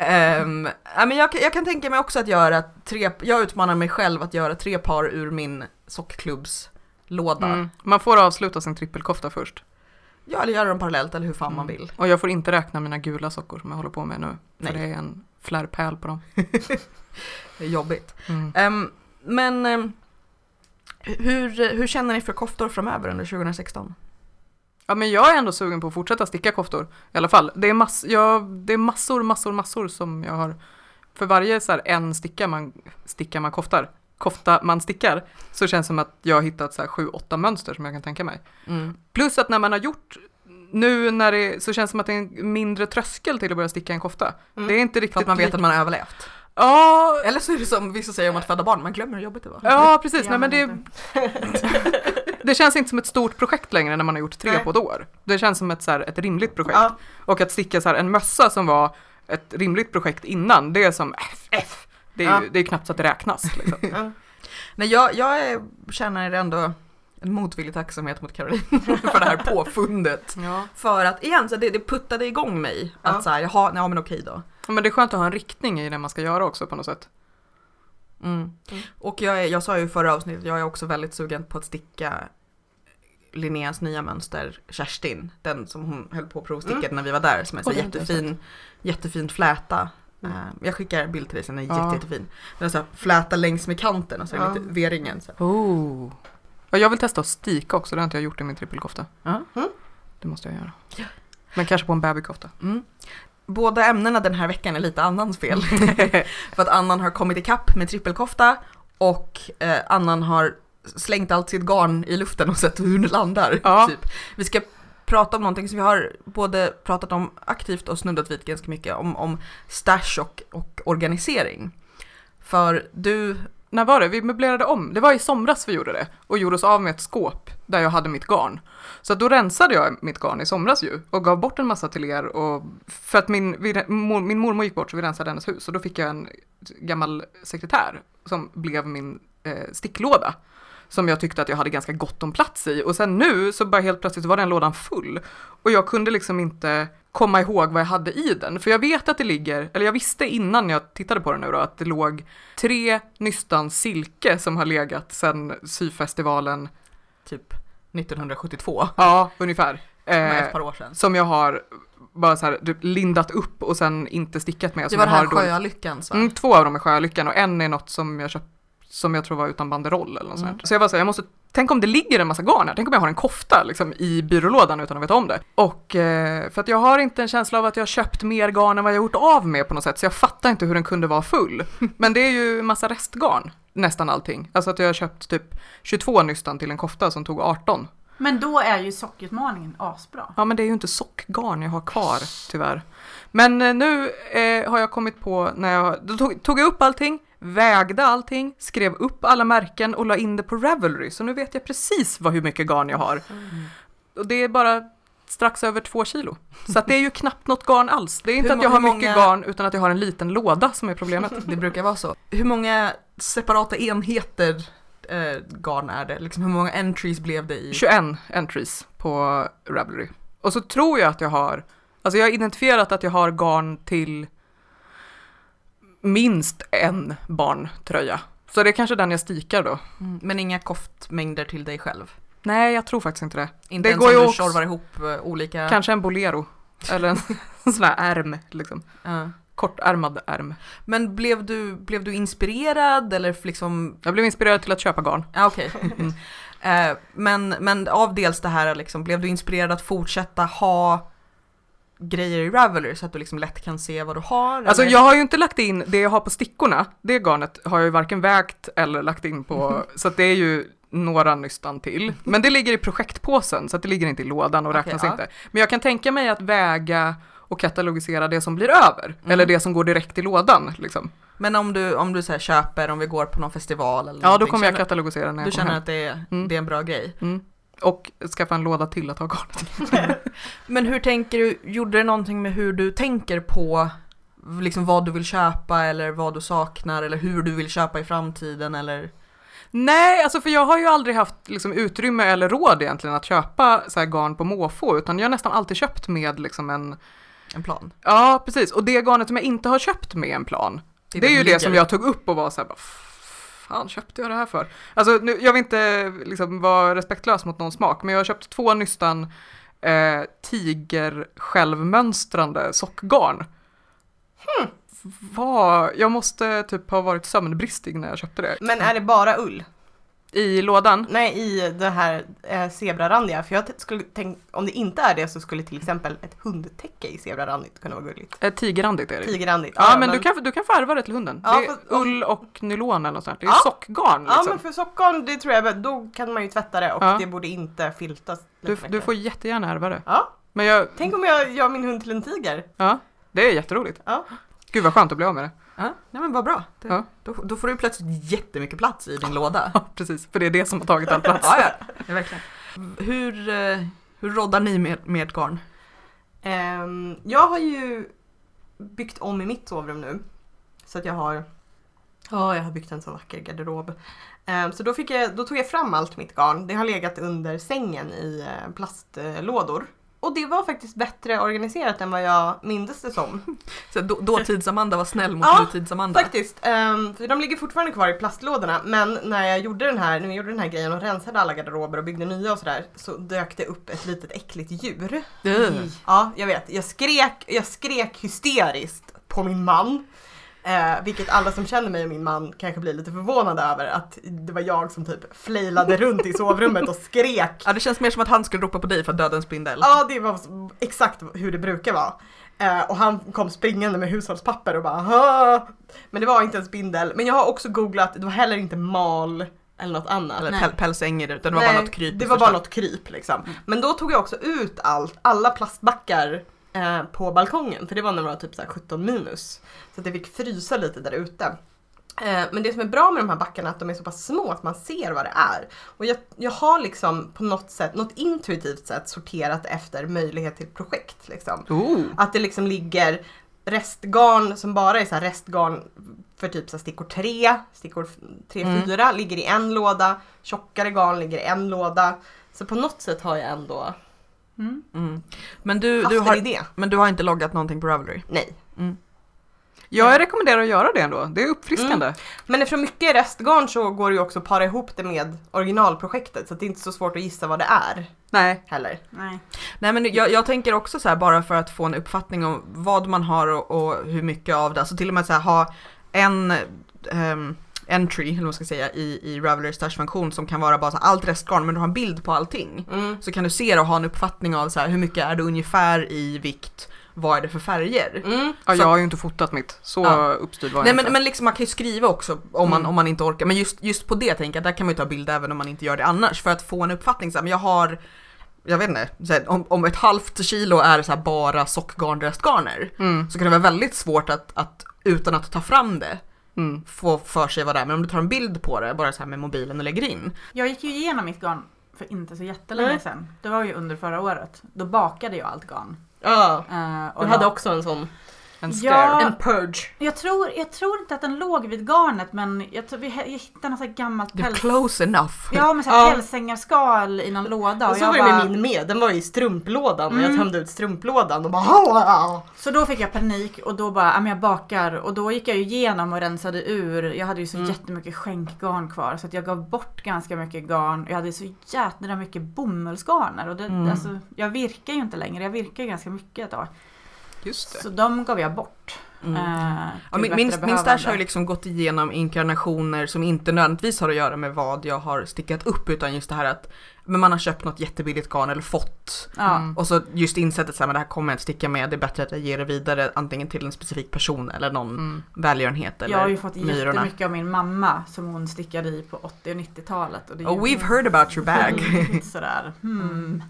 [SPEAKER 1] Um, ja, men jag, kan- jag kan tänka mig också att göra tre, jag utmanar mig själv att göra tre par ur min sockklubbslåda.
[SPEAKER 2] Mm. Man får avsluta sin trippelkofta först.
[SPEAKER 1] Ja, eller göra dem parallellt, eller hur fan man
[SPEAKER 2] Mm.
[SPEAKER 1] vill.
[SPEAKER 2] Och jag får inte räkna mina gula sockor som jag håller på med nu. För
[SPEAKER 1] Nej.
[SPEAKER 2] det är en flärpärl på dem.
[SPEAKER 1] Det är jobbigt.
[SPEAKER 2] Mm.
[SPEAKER 1] Ehm, men ehm, hur, hur känner ni för koftor framöver under tjugo sexton?
[SPEAKER 2] Ja men jag är ändå sugen på att fortsätta sticka koftor. I alla fall. Det är, mass- jag, det är massor, massor, massor som jag har. För varje så här, en sticka man, sticka man koftar. Kofta man stickar. Så känns det som att jag har hittat så här, sju, åtta mönster som jag kan tänka mig.
[SPEAKER 1] Mm.
[SPEAKER 2] Plus att när man har gjort nu när det så känns det som att det är en mindre tröskel till att börja sticka en kofta.
[SPEAKER 4] Mm.
[SPEAKER 2] Det är inte
[SPEAKER 1] För
[SPEAKER 2] riktigt
[SPEAKER 1] att man vet
[SPEAKER 2] lik-
[SPEAKER 1] att man har överlevt.
[SPEAKER 2] Ja,
[SPEAKER 1] Eller så är det som vissa säger om att föda barn, man glömmer hur jobbigt det var.
[SPEAKER 2] ja precis.
[SPEAKER 3] Ja,
[SPEAKER 2] Nej, men
[SPEAKER 3] men
[SPEAKER 2] det, det känns inte som ett stort projekt längre när man har gjort tre
[SPEAKER 4] Nej.
[SPEAKER 2] på ett år. Det känns som ett, så här, ett rimligt projekt.
[SPEAKER 4] Ja.
[SPEAKER 2] Och att sticka så här, en mössa som var ett rimligt projekt innan, det är som F, F. Det är,
[SPEAKER 4] Ja.
[SPEAKER 2] ju, det är knappt så att det räknas. Liksom.
[SPEAKER 4] Ja.
[SPEAKER 1] Nej, jag, jag är, känner ändå en motvillig tacksamhet mot Caroline för det här påfundet.
[SPEAKER 2] Ja.
[SPEAKER 1] För att igen, så det, det puttade igång mig.
[SPEAKER 4] Ja.
[SPEAKER 1] Att så här, jaha, ja men okej då.
[SPEAKER 2] Men det är skönt att ha en riktning i det man ska göra också på något sätt.
[SPEAKER 1] Mm.
[SPEAKER 4] Mm.
[SPEAKER 1] Och jag, är, jag sa ju i förra avsnittet, jag är också väldigt sugen på att sticka Linneas nya mönster, Kerstin. Den som hon höll på att provsticka
[SPEAKER 4] Mm.
[SPEAKER 1] när vi var där. Som är så
[SPEAKER 2] Oj, det har inte jag
[SPEAKER 1] jättefin, jättefin fläta.
[SPEAKER 4] Mm.
[SPEAKER 1] Eh, jag skickar bild till dig sen, den är
[SPEAKER 2] Ja.
[SPEAKER 1] jätte, jättefin. Den är så här fläta längs med kanten och så är det
[SPEAKER 4] Ja.
[SPEAKER 1] lite V-ringen. Så här.
[SPEAKER 2] Oh. Ja, jag vill testa att stika också, det har inte jag gjort i min trippelkofta.
[SPEAKER 1] Ja.
[SPEAKER 4] Mm.
[SPEAKER 2] Det måste jag göra. Men kanske på en babykofta.
[SPEAKER 1] Mm. Båda ämnena den här veckan är lite Annans fel. För att Annan har kommit ikapp med trippelkofta och eh, Annan har slängt allt sitt garn i luften och sett hur det landar.
[SPEAKER 2] Ja.
[SPEAKER 1] Typ. Vi ska prata om någonting som vi har både pratat om aktivt och snuddat vid ganska mycket. Om, om stash och, och organisering. För du...
[SPEAKER 2] När var det? Vi möblerade om. Det var i somras vi gjorde det. Och gjorde oss av med ett skåp där jag hade mitt garn. Så då rensade jag mitt garn i somras ju. Och gav bort en massa till er. Och för att min, vi, mor, min mormor gick bort så vi rensade hennes hus. Och då fick jag en gammal sekretär som blev min eh, sticklåda. Som jag tyckte att jag hade ganska gott om plats i. Och sen nu så bara helt plötsligt var den lådan full. Och jag kunde liksom inte komma ihåg vad jag hade i den. För jag vet att det ligger, eller jag visste innan jag tittade på den nu då, att det låg tre nystan silke som har legat sedan syfestivalen.
[SPEAKER 1] Typ nittonhundrasjuttiotvå.
[SPEAKER 2] Ja, ungefär.
[SPEAKER 1] Med ett
[SPEAKER 2] Eh,
[SPEAKER 1] par år sedan.
[SPEAKER 2] som jag har bara så här typ lindat upp och sen inte stickat med.
[SPEAKER 1] Det
[SPEAKER 2] som
[SPEAKER 1] var det
[SPEAKER 2] jag
[SPEAKER 1] här
[SPEAKER 2] har då-
[SPEAKER 1] Sjölyckan. Så.
[SPEAKER 2] Mm, två av dem är Sjölyckan och en är något som jag köpt som jag tror var utan banderoll eller något
[SPEAKER 1] Mm.
[SPEAKER 2] sånt. Så jag var så här, jag måste, tänk om det ligger en massa garn här, tänk om jag har en kofta liksom i byrålådan utan att veta om det. Och eh, för att jag har inte en känsla av att jag har köpt mer garn än vad jag gjort av med på något sätt, så jag fattar inte hur den kunde vara full. Men det är ju en massa restgarn, nästan allting. Alltså att jag har köpt typ tjugotvå nystan till en kofta som tog arton.
[SPEAKER 3] Men då är ju sockutmaningen asbra.
[SPEAKER 2] Ja, men det är ju inte sockgarn jag har kvar, tyvärr. Men eh, nu eh, har jag kommit på, när jag då tog, tog jag upp allting, vägde allting, skrev upp alla märken och la in det på Ravelry. Så nu vet jag precis vad, hur mycket garn jag har. Och det är bara strax över två kilo. Så att det är ju knappt något garn alls. Det är inte
[SPEAKER 1] Hur
[SPEAKER 2] att jag
[SPEAKER 1] må-
[SPEAKER 2] har
[SPEAKER 1] hur
[SPEAKER 2] mycket
[SPEAKER 1] många-
[SPEAKER 2] garn, utan att jag har en liten låda som är problemet.
[SPEAKER 1] Det brukar vara så. Hur många separata enheter eh, garn är det? Liksom, hur många entries blev det i?
[SPEAKER 2] tjugoett entries på Ravelry. Och så tror jag att jag har, alltså jag har identifierat att jag har garn till minst en barntröja. Så det är kanske den jag stikar då.
[SPEAKER 1] Mm, men inga koftmängder till dig själv?
[SPEAKER 2] Nej, jag tror faktiskt inte det.
[SPEAKER 1] Inte
[SPEAKER 2] Det
[SPEAKER 1] ens
[SPEAKER 2] går
[SPEAKER 1] om
[SPEAKER 2] ju
[SPEAKER 1] du
[SPEAKER 2] också-
[SPEAKER 1] tjorvar ihop eh, olika...
[SPEAKER 2] Kanske en bolero. Eller en, en sån här ärm, liksom.
[SPEAKER 1] Ja.
[SPEAKER 2] Kortärmad ärm.
[SPEAKER 1] Men blev du, blev du inspirerad eller liksom...
[SPEAKER 2] Jag blev inspirerad till att köpa garn.
[SPEAKER 1] Ja, okej. Eh, men, men av dels det här, liksom, blev du inspirerad att fortsätta ha grejer i Ravelry så att du liksom lätt kan se vad du har?
[SPEAKER 2] Alltså
[SPEAKER 1] eller?
[SPEAKER 2] jag har ju inte lagt in det jag har på stickorna. Det garnet har jag ju varken vägt eller lagt in på. Så att det är ju några nystan till. Men det ligger i projektpåsen så att det ligger inte i lådan och
[SPEAKER 1] Okej,
[SPEAKER 2] räknas
[SPEAKER 1] ja.
[SPEAKER 2] inte. Men jag kan tänka mig att väga och katalogisera det som blir över.
[SPEAKER 1] Mm.
[SPEAKER 2] Eller det som går direkt i lådan. Liksom.
[SPEAKER 1] Men om du, om du så här, köper, om vi går på någon festival eller
[SPEAKER 2] Ja, då
[SPEAKER 1] någonting,
[SPEAKER 2] kommer jag
[SPEAKER 1] känner-
[SPEAKER 2] katalogisera när jag
[SPEAKER 1] Du
[SPEAKER 2] kommer
[SPEAKER 1] känner
[SPEAKER 2] hem.
[SPEAKER 1] att det är,
[SPEAKER 2] Mm.
[SPEAKER 1] det är en bra grej.
[SPEAKER 2] Mm. Och skaffa en låda till att ha garnet.
[SPEAKER 1] Men hur tänker du, gjorde det någonting med hur du tänker på liksom vad du vill köpa eller vad du saknar eller hur du vill köpa i framtiden eller?
[SPEAKER 2] Nej, alltså för jag har ju aldrig haft liksom, utrymme eller råd egentligen att köpa så här, garn på måfå, utan jag har nästan alltid köpt med liksom en...
[SPEAKER 1] En plan?
[SPEAKER 2] Ja, precis. Och det garnet som jag inte har köpt med en plan, det är,
[SPEAKER 1] det
[SPEAKER 2] ju
[SPEAKER 1] som
[SPEAKER 2] det
[SPEAKER 1] ligger.
[SPEAKER 2] som jag tog upp och var så här, bara, fan köpte jag det här för? Alltså nu, jag vill inte liksom vara respektlös mot någon smak, men jag har köpt två nystan eh, tiger självmönstrande sockgarn.
[SPEAKER 4] Hmm.
[SPEAKER 2] Vad? Jag måste typ ha varit sömnbristig när jag köpte det.
[SPEAKER 4] Men är det bara ull?
[SPEAKER 2] I lådan?
[SPEAKER 4] Nej, i det här eh, zebrarandiga. För jag t- skulle tänka, om det inte är det så skulle till exempel ett hundtäcke i zebrarandigt kunna vara gulligt.
[SPEAKER 2] Eh, tigerrandigt är det.
[SPEAKER 4] Tigerandigt.
[SPEAKER 2] Ja, men du kan, du kan färva det till hunden.
[SPEAKER 4] Ja,
[SPEAKER 2] det är
[SPEAKER 4] fast-
[SPEAKER 2] ull och nylon eller något sånt. Det är
[SPEAKER 4] Ja.
[SPEAKER 2] sockgarn
[SPEAKER 4] Ja,
[SPEAKER 2] liksom.
[SPEAKER 4] men för sockgarn, det tror jag, då kan man ju tvätta det och
[SPEAKER 2] Ja.
[SPEAKER 4] det borde inte filtas.
[SPEAKER 2] du, du får jättegärna ärva det.
[SPEAKER 4] Ja,
[SPEAKER 2] Men jag,
[SPEAKER 4] tänk om jag gör min hund till en tiger.
[SPEAKER 2] ja, det är jätteroligt.
[SPEAKER 4] Ja.
[SPEAKER 2] Gud vad skönt att bli av med det.
[SPEAKER 1] Ja, nej men vad bra. Det,
[SPEAKER 2] Ja.
[SPEAKER 1] då, då får du plötsligt jättemycket plats i din låda.
[SPEAKER 2] Ja, precis. För det är det som har tagit all plats.
[SPEAKER 1] Ja, ja, ja, verkligen. Hur, eh, hur roddar ni med, med ett garn?
[SPEAKER 4] Ehm, jag har ju byggt om i mitt sovrum nu. Så att jag har, ja jag har byggt en så vacker garderob. Ehm, så då, fick jag, då tog jag fram allt mitt garn. Det har legat under sängen i eh, plastlådor. Och det var faktiskt bättre organiserat än vad jag mindes det som.
[SPEAKER 1] Så då, dåtids-Amanda var snäll mot
[SPEAKER 4] Ja,
[SPEAKER 1] nutids-Amanda.
[SPEAKER 4] Faktiskt. Um, för de ligger fortfarande kvar i plastlådorna. Men när jag gjorde den här, när jag gjorde den här grejen och rensade alla garderober och byggde nya och sådär, så dök det upp ett litet äckligt djur.
[SPEAKER 1] Mm.
[SPEAKER 4] Ja, jag vet. Jag skrek, jag skrek hysteriskt på min man. Eh, vilket alla som känner mig och min man kanske blir lite förvånade över, att det var jag som typ flejlade runt i sovrummet och skrek.
[SPEAKER 1] Ja, det känns mer som att han skulle ropa på dig för att döda en spindel.
[SPEAKER 4] Ja, det var exakt hur det brukar vara. Eh, och han kom springande med hushållspapper och bara Hå! Men det var inte en spindel. Men jag har också googlat, det var heller inte mal eller något annat.
[SPEAKER 1] Eller
[SPEAKER 3] Nej.
[SPEAKER 1] päl- pälsänger, det var
[SPEAKER 4] Nej,
[SPEAKER 1] bara något kryp.
[SPEAKER 4] det var bara något kryp liksom. Men då tog jag också ut allt, alla plastbackar eh, på balkongen. För det var när det var typ så här sjutton minus. Så att det fick frysa lite där ute. Eh, men det som är bra med de här backarna är att de är så pass små att man ser vad det är. Och jag, jag har liksom på något sätt, något intuitivt sätt sorterat efter möjlighet till projekt liksom.
[SPEAKER 2] Oh.
[SPEAKER 4] Att det liksom ligger restgarn som bara är så här restgarn för typ så här stickor tre, stickor tre,
[SPEAKER 1] Mm.
[SPEAKER 4] fyra ligger i en låda, tjockare garn ligger i en låda. Så på något sätt har jag ändå
[SPEAKER 3] Mm.
[SPEAKER 1] Mm. Men, du,
[SPEAKER 4] haft
[SPEAKER 1] du
[SPEAKER 4] en
[SPEAKER 1] har,
[SPEAKER 4] idé.
[SPEAKER 1] men du har inte loggat någonting på Ravelry?
[SPEAKER 4] Nej.
[SPEAKER 2] Jag rekommenderar att göra det ändå. Det är uppfriskande.
[SPEAKER 4] Men eftersom mycket är restgarn så går det ju också att para ihop det med originalprojektet. Så att det är inte så svårt att gissa vad det är
[SPEAKER 2] Nej.
[SPEAKER 4] heller.
[SPEAKER 3] Nej.
[SPEAKER 1] Nej, men jag, jag tänker också så här, bara för att få en uppfattning om vad man har och, och hur mycket av det. Alltså till och med så här, ha en um, entry, eller vad man ska säga, i, i Ravelry stash-funktion som kan vara bara så här, allt restgarn, men du har en bild på allting.
[SPEAKER 4] Mm.
[SPEAKER 1] Så kan du se det och ha en uppfattning av så här, hur mycket är det ungefär i vikt, vad är det för färger.
[SPEAKER 4] Mm.
[SPEAKER 2] Ja,
[SPEAKER 1] Så-
[SPEAKER 2] jag har ju inte fotat mitt. Så
[SPEAKER 1] Ja.
[SPEAKER 2] uppstyrd var jag
[SPEAKER 1] Nej,
[SPEAKER 2] inte.
[SPEAKER 1] men, men liksom man kan ju skriva också om man,
[SPEAKER 2] Mm.
[SPEAKER 1] om man inte orkar. Men just, just på det tänker jag, där kan man ju ta bild även om man inte gör det annars. För att få en uppfattning, så här, men jag har, jag vet inte, så här, om, om ett halvt kilo är så här bara sockgarnrestgarner,
[SPEAKER 2] Mm.
[SPEAKER 1] så kan det vara väldigt svårt att, att utan att ta fram det,
[SPEAKER 2] Mm.
[SPEAKER 1] få för sig vad det är. Men om du tar en bild på det, bara så här med mobilen och lägger in.
[SPEAKER 3] Jag gick ju igenom mitt garn för inte så jättelänge
[SPEAKER 4] Nej.
[SPEAKER 3] sedan. Det var ju under förra året. Då bakade jag allt garn.
[SPEAKER 4] Ja,
[SPEAKER 3] Eh, och
[SPEAKER 4] du hade
[SPEAKER 3] la-
[SPEAKER 4] också en sån,
[SPEAKER 2] En
[SPEAKER 3] Ja.
[SPEAKER 2] stare.
[SPEAKER 4] en purge.
[SPEAKER 3] jag, tror, jag tror inte att den låg vid garnet, men jag, tror, vi, jag hittade något så här gammalt
[SPEAKER 1] Det är
[SPEAKER 3] päls...
[SPEAKER 1] close enough.
[SPEAKER 3] Ja, med så här
[SPEAKER 4] Ja.
[SPEAKER 3] pälsängarskal i någon låda.
[SPEAKER 4] Och
[SPEAKER 3] Och
[SPEAKER 4] så
[SPEAKER 3] jag
[SPEAKER 4] var det med
[SPEAKER 3] bara,
[SPEAKER 4] min med, den var i strumplådan och
[SPEAKER 3] Mm.
[SPEAKER 4] jag tömde ut strumplådan och bara Hå!
[SPEAKER 3] så då fick jag panik och då bara, ja men jag bakar. Och då gick jag ju igenom och rensade ur. Jag hade ju så
[SPEAKER 4] Mm.
[SPEAKER 3] jättemycket skänkgarn kvar, så att jag gav bort ganska mycket garn. Jag hade så jävla mycket bomullsgarner. Och det,
[SPEAKER 1] Mm.
[SPEAKER 3] alltså, jag virkar ju inte längre, jag virkar ju ganska mycket ett tag.
[SPEAKER 2] Just det.
[SPEAKER 3] Så de gav jag bort.
[SPEAKER 1] Mm.
[SPEAKER 3] Eh,
[SPEAKER 1] Ja,
[SPEAKER 3] till
[SPEAKER 1] min, min,
[SPEAKER 3] bättre
[SPEAKER 1] min stash
[SPEAKER 3] behövande.
[SPEAKER 1] har ju liksom gått igenom inkarnationer som inte nödvändigtvis har att göra med vad jag har stickat upp, utan just det här att men man har köpt något jättebilligt garn eller fått,
[SPEAKER 3] Ja.
[SPEAKER 2] Mm.
[SPEAKER 1] och så just insett att så här, men det här kommer jag inte sticka med, det är bättre att jag ger det vidare antingen till en specifik person eller någon
[SPEAKER 2] Mm.
[SPEAKER 1] välgörenhet eller
[SPEAKER 3] Jag har ju fått
[SPEAKER 1] myrorna.
[SPEAKER 3] jättemycket av min mamma som hon stickade i på åttio och nittiotalet. Och det
[SPEAKER 1] Oh,
[SPEAKER 3] gjorde
[SPEAKER 1] we've heard about your bag.
[SPEAKER 3] väldigt sådär. Hmm.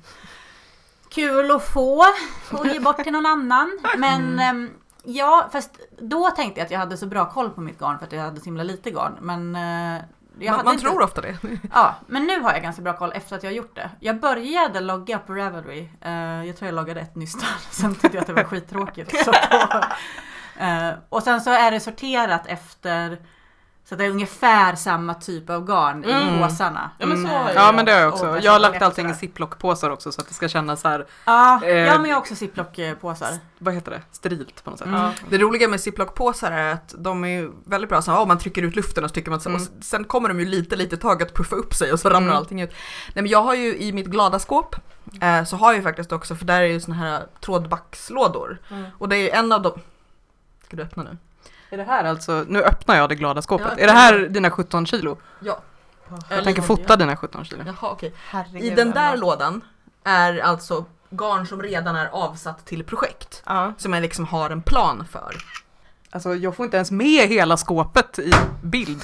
[SPEAKER 3] Kul att få och ge bort till någon annan. Men ehm, ja, fast då tänkte jag att jag hade så bra koll på mitt garn för att jag hade så himla lite garn. Men eh, jag
[SPEAKER 1] man
[SPEAKER 3] hade
[SPEAKER 1] man
[SPEAKER 3] inte...
[SPEAKER 1] tror ofta det.
[SPEAKER 3] Ja, men nu har jag ganska bra koll efter att jag har gjort det. Jag började logga på Ravelry. Eh, jag tror jag loggade ett nystan. Sen tyckte jag att det var skittråkigt. Så då, eh, och sen så är det sorterat efter, så att det är ungefär samma typ av garn i
[SPEAKER 4] Mm.
[SPEAKER 3] påsarna.
[SPEAKER 4] Ja, men så
[SPEAKER 3] Eh,
[SPEAKER 4] har
[SPEAKER 2] Ja, men det har jag
[SPEAKER 3] och
[SPEAKER 2] också.
[SPEAKER 3] personer
[SPEAKER 2] Jag har lagt
[SPEAKER 3] efter
[SPEAKER 2] allting i
[SPEAKER 3] det.
[SPEAKER 2] ziplock-påsar också så att det ska kännas så här,
[SPEAKER 3] Ja,
[SPEAKER 2] Eh,
[SPEAKER 3] ja, men jag har också ziplock-påsar.
[SPEAKER 2] vad heter det? Sterilt på något sätt.
[SPEAKER 3] Mm.
[SPEAKER 4] Ja.
[SPEAKER 1] Det roliga med ziplock-påsar är att de är ju väldigt bra, så här, ja, man trycker ut luften och så tycker man så,
[SPEAKER 2] Mm.
[SPEAKER 1] och sen kommer de ju lite lite tag att puffa upp sig och så ramlar
[SPEAKER 2] Mm.
[SPEAKER 1] allting ut. Nej, men jag har ju i mitt glada skåp eh, så har jag ju faktiskt också, för där är ju såna här trådbackslådor,
[SPEAKER 4] Mm.
[SPEAKER 1] och det är ju en av dem. Ska du öppna nu?
[SPEAKER 2] Är det här alltså, nu öppnar jag det glada skåpet.
[SPEAKER 1] Ja,
[SPEAKER 2] är det här dina sjutton kilo?
[SPEAKER 1] Ja.
[SPEAKER 2] Jag tänker fota dina sjutton kilo.
[SPEAKER 1] Jaha, okej.
[SPEAKER 4] Herregud,
[SPEAKER 1] I den där
[SPEAKER 4] Emma.
[SPEAKER 1] lådan är alltså garn som redan är avsatt till projekt.
[SPEAKER 4] Ja.
[SPEAKER 1] Som jag liksom har en plan för.
[SPEAKER 2] Alltså jag får inte ens med hela skåpet i bild.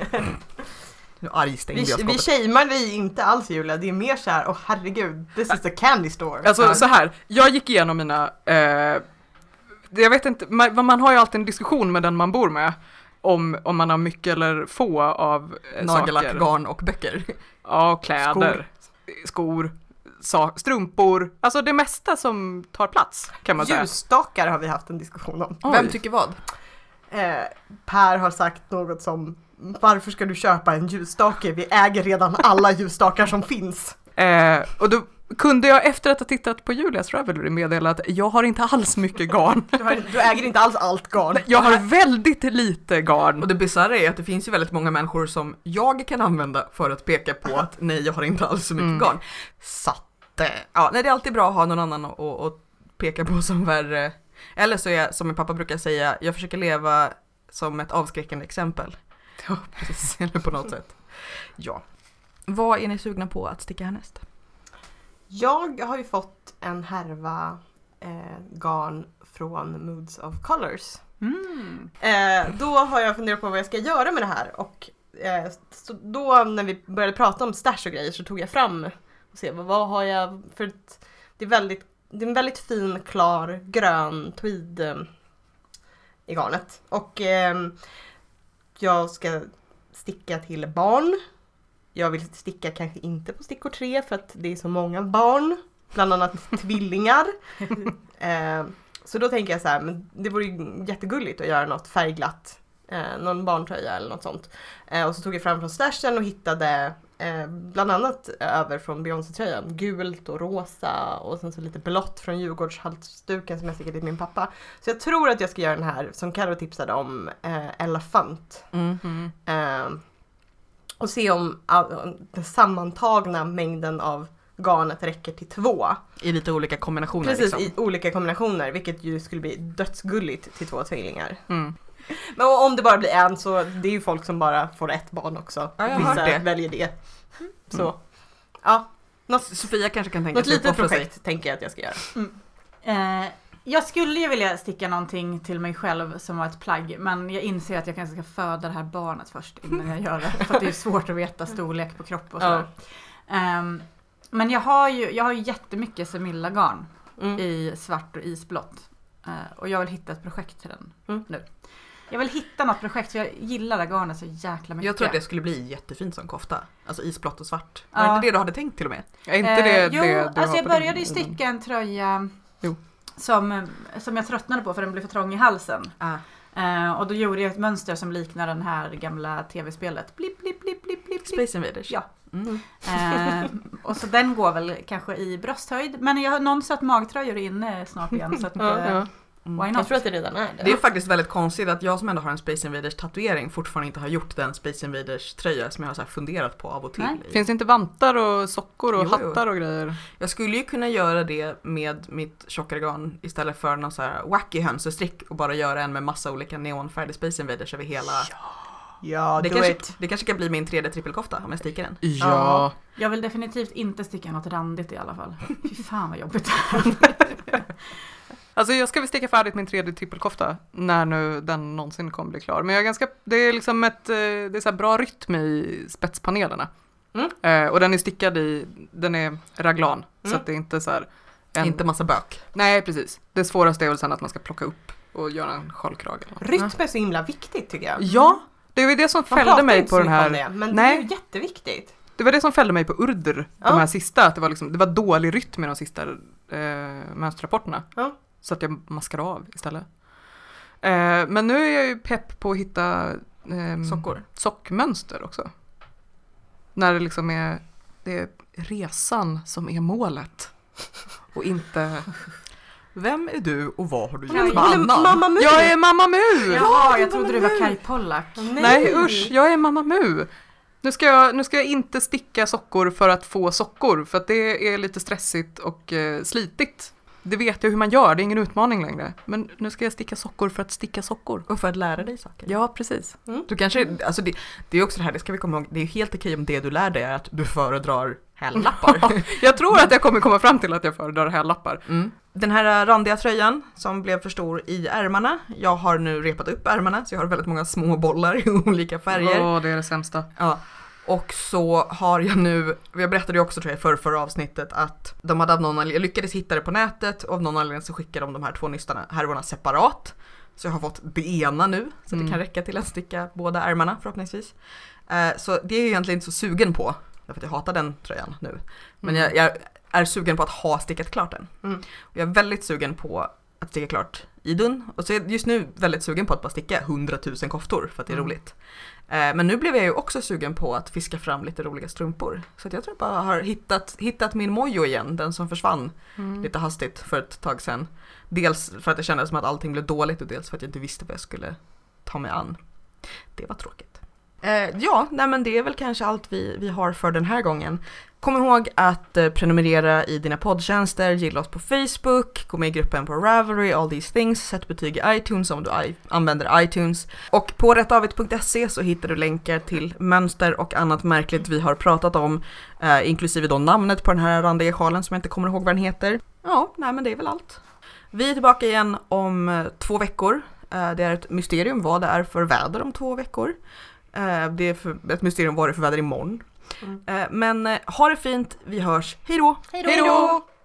[SPEAKER 1] Nu argstängde
[SPEAKER 4] Vi,
[SPEAKER 1] jag
[SPEAKER 4] vi
[SPEAKER 1] skåpet.
[SPEAKER 4] shamear dig inte alls, Julia, det är mer så här, åh herregud, this is the candy store.
[SPEAKER 2] Alltså
[SPEAKER 1] Ja.
[SPEAKER 2] så här, jag gick igenom mina, eh, jag vet inte, man, man har ju alltid en diskussion med den man bor med. Om, om man har mycket eller få av eh,
[SPEAKER 1] Nagellack,
[SPEAKER 2] saker.
[SPEAKER 1] garn och böcker.
[SPEAKER 2] Ja, kläder, skor, skor sa, strumpor. Alltså det mesta som tar plats kan man säga.
[SPEAKER 4] Ljusstakar har vi haft en diskussion om.
[SPEAKER 2] Oj.
[SPEAKER 1] Vem tycker vad?
[SPEAKER 4] Eh, Per har sagt något som: varför ska du köpa en ljusstake? Vi äger redan alla ljusstakar som finns.
[SPEAKER 2] Eh, och då kunde jag efter att ha tittat på Julias Ravelry meddela att jag har inte alls mycket garn.
[SPEAKER 4] Du, har, du äger inte alls allt garn.
[SPEAKER 2] Jag har väldigt lite garn.
[SPEAKER 1] Och det bisarra är att det finns ju väldigt många människor som jag kan använda för att peka på att nej, jag har inte alls så mycket
[SPEAKER 2] Mm.
[SPEAKER 1] garn. Så att, eh, ja, nej, det är alltid bra att ha någon annan att, att peka på som värre. Eller så är jag, som min pappa brukar säga, jag försöker leva som ett avskräckande exempel.
[SPEAKER 2] Ja, precis.
[SPEAKER 1] Eller på något sätt. Ja. Vad är ni sugna på att sticka härnäst?
[SPEAKER 4] Jag har ju fått en härva eh, garn från Moods of Colors.
[SPEAKER 3] Mm.
[SPEAKER 4] Eh, då har jag funderat på vad jag ska göra med det här, och eh, så då när vi började prata om stash och grejer så tog jag fram och se vad, vad har jag för ett, det är väldigt, det är en väldigt fin klar grön tweed eh, i garnet, och eh, jag ska sticka till barn. Jag vill sticka kanske inte på stickor tre för att det är så många barn, bland annat tvillingar. Eh, så då tänker jag så här, men det vore ju jättegulligt att göra något färgglatt, eh, någon barntröja eller något sånt. Eh, och så tog jag fram från stashen och hittade eh, bland annat över från Beyoncé-tröjan, gult och rosa och sen så lite blått från Djurgårdshalsduken som jag stickade till min pappa. Så jag tror att jag ska göra den här som Karo tipsade om, eh, elefant.
[SPEAKER 1] Mm.
[SPEAKER 2] Mm.
[SPEAKER 4] Eh, och se om all, den sammantagna mängden av garnet räcker till två.
[SPEAKER 1] I lite olika kombinationer.
[SPEAKER 4] Precis,
[SPEAKER 1] liksom.
[SPEAKER 4] i olika kombinationer, vilket ju skulle bli dödsgulligt till två tvillingar.
[SPEAKER 2] Mm.
[SPEAKER 4] Men om det bara blir en, så det är ju folk som bara får ett barn också.
[SPEAKER 1] Ja, jag har
[SPEAKER 4] Vissa
[SPEAKER 1] hört det.
[SPEAKER 4] väljer det. Så,
[SPEAKER 1] Mm.
[SPEAKER 4] ja. Något,
[SPEAKER 1] Sofia kanske kan tänka
[SPEAKER 4] något
[SPEAKER 1] sig att
[SPEAKER 4] litet
[SPEAKER 1] offra sig.
[SPEAKER 4] projekt tänker jag att jag ska göra.
[SPEAKER 3] Eh, jag skulle ju vilja sticka någonting till mig själv som var ett plagg, men jag inser att jag kanske ska föda det här barnet först innan jag gör det, för att det är svårt att veta storlek på kropp och sådär. Um, men jag har ju, jag har ju jättemycket Semilla-garn
[SPEAKER 4] Mm.
[SPEAKER 3] i svart och isblått, uh, och jag vill hitta ett projekt till den
[SPEAKER 4] Mm.
[SPEAKER 3] nu. Jag vill hitta något projekt, för jag gillar det garnet så jäkla mycket.
[SPEAKER 1] Jag tror att det skulle bli jättefint som kofta. Alltså isblått och svart. Var
[SPEAKER 3] Ja.
[SPEAKER 1] det inte det du hade tänkt till och med?
[SPEAKER 2] Är inte det
[SPEAKER 3] Eh, jo,
[SPEAKER 2] det du
[SPEAKER 3] alltså
[SPEAKER 2] har
[SPEAKER 3] jag
[SPEAKER 2] på
[SPEAKER 3] började
[SPEAKER 2] din-
[SPEAKER 3] ju sticka en tröja
[SPEAKER 2] Jo.
[SPEAKER 3] som, som jag tröttnade på för den blev för trång i halsen.
[SPEAKER 1] Ah.
[SPEAKER 3] Eh, och då gjorde jag ett mönster som liknar den här gamla tv-spelet. Blip, blip, blip, blip, blip, blip.
[SPEAKER 1] Space Invaders.
[SPEAKER 3] Ja.
[SPEAKER 1] Mm.
[SPEAKER 3] Eh, och så den går väl kanske i brösthöjd. Men jag har någon så att magtröjor är inne snart igen. Så att,
[SPEAKER 2] Ja,
[SPEAKER 3] eh,
[SPEAKER 2] ja.
[SPEAKER 1] Mm.
[SPEAKER 3] why
[SPEAKER 4] Jag
[SPEAKER 3] not?
[SPEAKER 4] tror att det redan är det.
[SPEAKER 1] Det är faktiskt väldigt konstigt att jag som ändå har en Space Invaders tatuering fortfarande inte har gjort den Space Invaders tröja som jag har så här funderat på av och till.
[SPEAKER 3] Nej.
[SPEAKER 1] i.
[SPEAKER 2] Finns det inte vantar och sockor och
[SPEAKER 1] Jo, jo.
[SPEAKER 2] hattar och grejer?
[SPEAKER 1] Jag skulle ju kunna göra det med mitt tjockare garn istället för någon så här wacky hönsestrick och bara göra en med massa olika neonfärgade Space Invaders över hela.
[SPEAKER 4] Ja,
[SPEAKER 1] det,
[SPEAKER 4] do
[SPEAKER 1] kanske,
[SPEAKER 4] it.
[SPEAKER 1] det kanske kan bli min tredje trippelkofta om jag sticker den.
[SPEAKER 2] Ja.
[SPEAKER 3] Jag vill definitivt inte sticka något randigt i alla fall. Fy fan vad jobbigt.
[SPEAKER 2] Alltså jag ska väl sticka färdigt min tredje trippelkofta när nu den någonsin kommer bli klar. Men jag är ganska, det är liksom ett, eh, det är så här bra rytm i spetspanelerna.
[SPEAKER 4] Mm.
[SPEAKER 2] Eh, och den är stickad i, den är raglan. Så
[SPEAKER 4] Mm.
[SPEAKER 2] att det är inte så här. En,
[SPEAKER 1] Inte massa bök.
[SPEAKER 2] Nej, precis. Det svåraste är väl sen att man ska plocka upp och göra en sjalkrage. Eller något.
[SPEAKER 4] Rytm är så himla viktigt tycker jag.
[SPEAKER 2] Ja, det var ju det som
[SPEAKER 4] Man
[SPEAKER 2] fällde
[SPEAKER 4] pratar
[SPEAKER 2] mig
[SPEAKER 4] inte
[SPEAKER 2] på
[SPEAKER 4] så
[SPEAKER 2] den
[SPEAKER 4] mycket
[SPEAKER 2] här.
[SPEAKER 4] om det, men
[SPEAKER 2] Nej.
[SPEAKER 4] det är ju jätteviktigt.
[SPEAKER 2] Det var det som fällde mig på Urdur,
[SPEAKER 4] Ja.
[SPEAKER 2] de här sista. Att det var, liksom, det var dålig rytm i de sista eh, mönsterrapporterna.
[SPEAKER 4] Ja.
[SPEAKER 2] Så att jag maskade av istället. Eh, men nu är jag ju pepp på att hitta ehm,
[SPEAKER 1] Sockor.
[SPEAKER 2] sockmönster också. När det liksom är, det är resan som är målet. Och inte...
[SPEAKER 1] Vem är du och vad har du
[SPEAKER 3] Men-
[SPEAKER 1] gjort med
[SPEAKER 4] Eller
[SPEAKER 1] annan?
[SPEAKER 4] Mamma Mu!
[SPEAKER 2] Jag är Mamma Mu!
[SPEAKER 3] Jaha, jag trodde du var Kai Pollak.
[SPEAKER 2] Nej usch, jag är Mamma Mu. Nu ska, jag, nu ska jag inte sticka sockor för att få sockor. För att det är lite stressigt och eh, slitigt. Det vet jag hur man gör, det är ingen utmaning längre. Men nu ska jag sticka sockor för att sticka sockor.
[SPEAKER 1] Och för att lära dig saker.
[SPEAKER 2] Ja, precis.
[SPEAKER 1] Du kanske, alltså det, det är också det här, det ska vi komma ihåg, det är helt okej om det du lär dig är att du föredrar hällappar.
[SPEAKER 2] Jag tror att jag kommer komma fram till att jag föredrar hällappar.
[SPEAKER 1] Mm. Den här randiga tröjan som blev för stor i ärmarna, jag har nu repat upp ärmarna så jag har väldigt många små bollar i olika färger.
[SPEAKER 2] Åh, det är det sämsta.
[SPEAKER 1] Ja. Och så har jag nu, jag berättade ju också tror jag för förra avsnittet att de hade av någon anledning, jag lyckades hitta det på nätet och av någon anledning så skickade de de här två nystarna, härvorna separat. Så jag har fått det ena nu, så mm. det kan räcka till att sticka båda ärmarna förhoppningsvis. Eh, så det är jag egentligen inte så sugen på, därför att jag hatar den tröjan nu. Men
[SPEAKER 2] Mm.
[SPEAKER 1] jag, jag är sugen på att ha stickat klart den.
[SPEAKER 4] Mm.
[SPEAKER 1] Och jag är väldigt sugen på att sticka klart Idun. Och så är jag just nu väldigt sugen på att bara sticka hundratusen koftor för att det är
[SPEAKER 2] Mm.
[SPEAKER 1] roligt. Eh, men nu blev jag ju också sugen på att fiska fram lite roliga strumpor. Så att jag tror jag bara har hittat, hittat min mojo igen, den som försvann
[SPEAKER 2] Mm.
[SPEAKER 1] lite hastigt för ett tag sedan. Dels för att det kändes som att allting blev dåligt och dels för att jag inte visste vad jag skulle ta mig an. Det var tråkigt. Eh, ja, nej men det är väl kanske allt vi, vi har för den här gången. Kom ihåg att eh, prenumerera i dina poddtjänster, gilla oss på Facebook, gå med i gruppen på Ravelry, all these things, sätt betyg i iTunes om du i- använder iTunes. Och på rättavigt punkt se så hittar du länkar till mönster och annat märkligt vi har pratat om, eh, inklusive då namnet på den här randiga sjalen som jag inte kommer ihåg vad den heter. Ja, nej men det är väl allt. Vi är tillbaka igen om eh, två veckor. Eh, det är ett mysterium vad det är för väder om två veckor. Eh, det är för, ett mysterium vad det är för väder imorgon.
[SPEAKER 4] Mm.
[SPEAKER 1] Eh, men eh, ha det fint, vi hörs, hej då!
[SPEAKER 4] Hej då!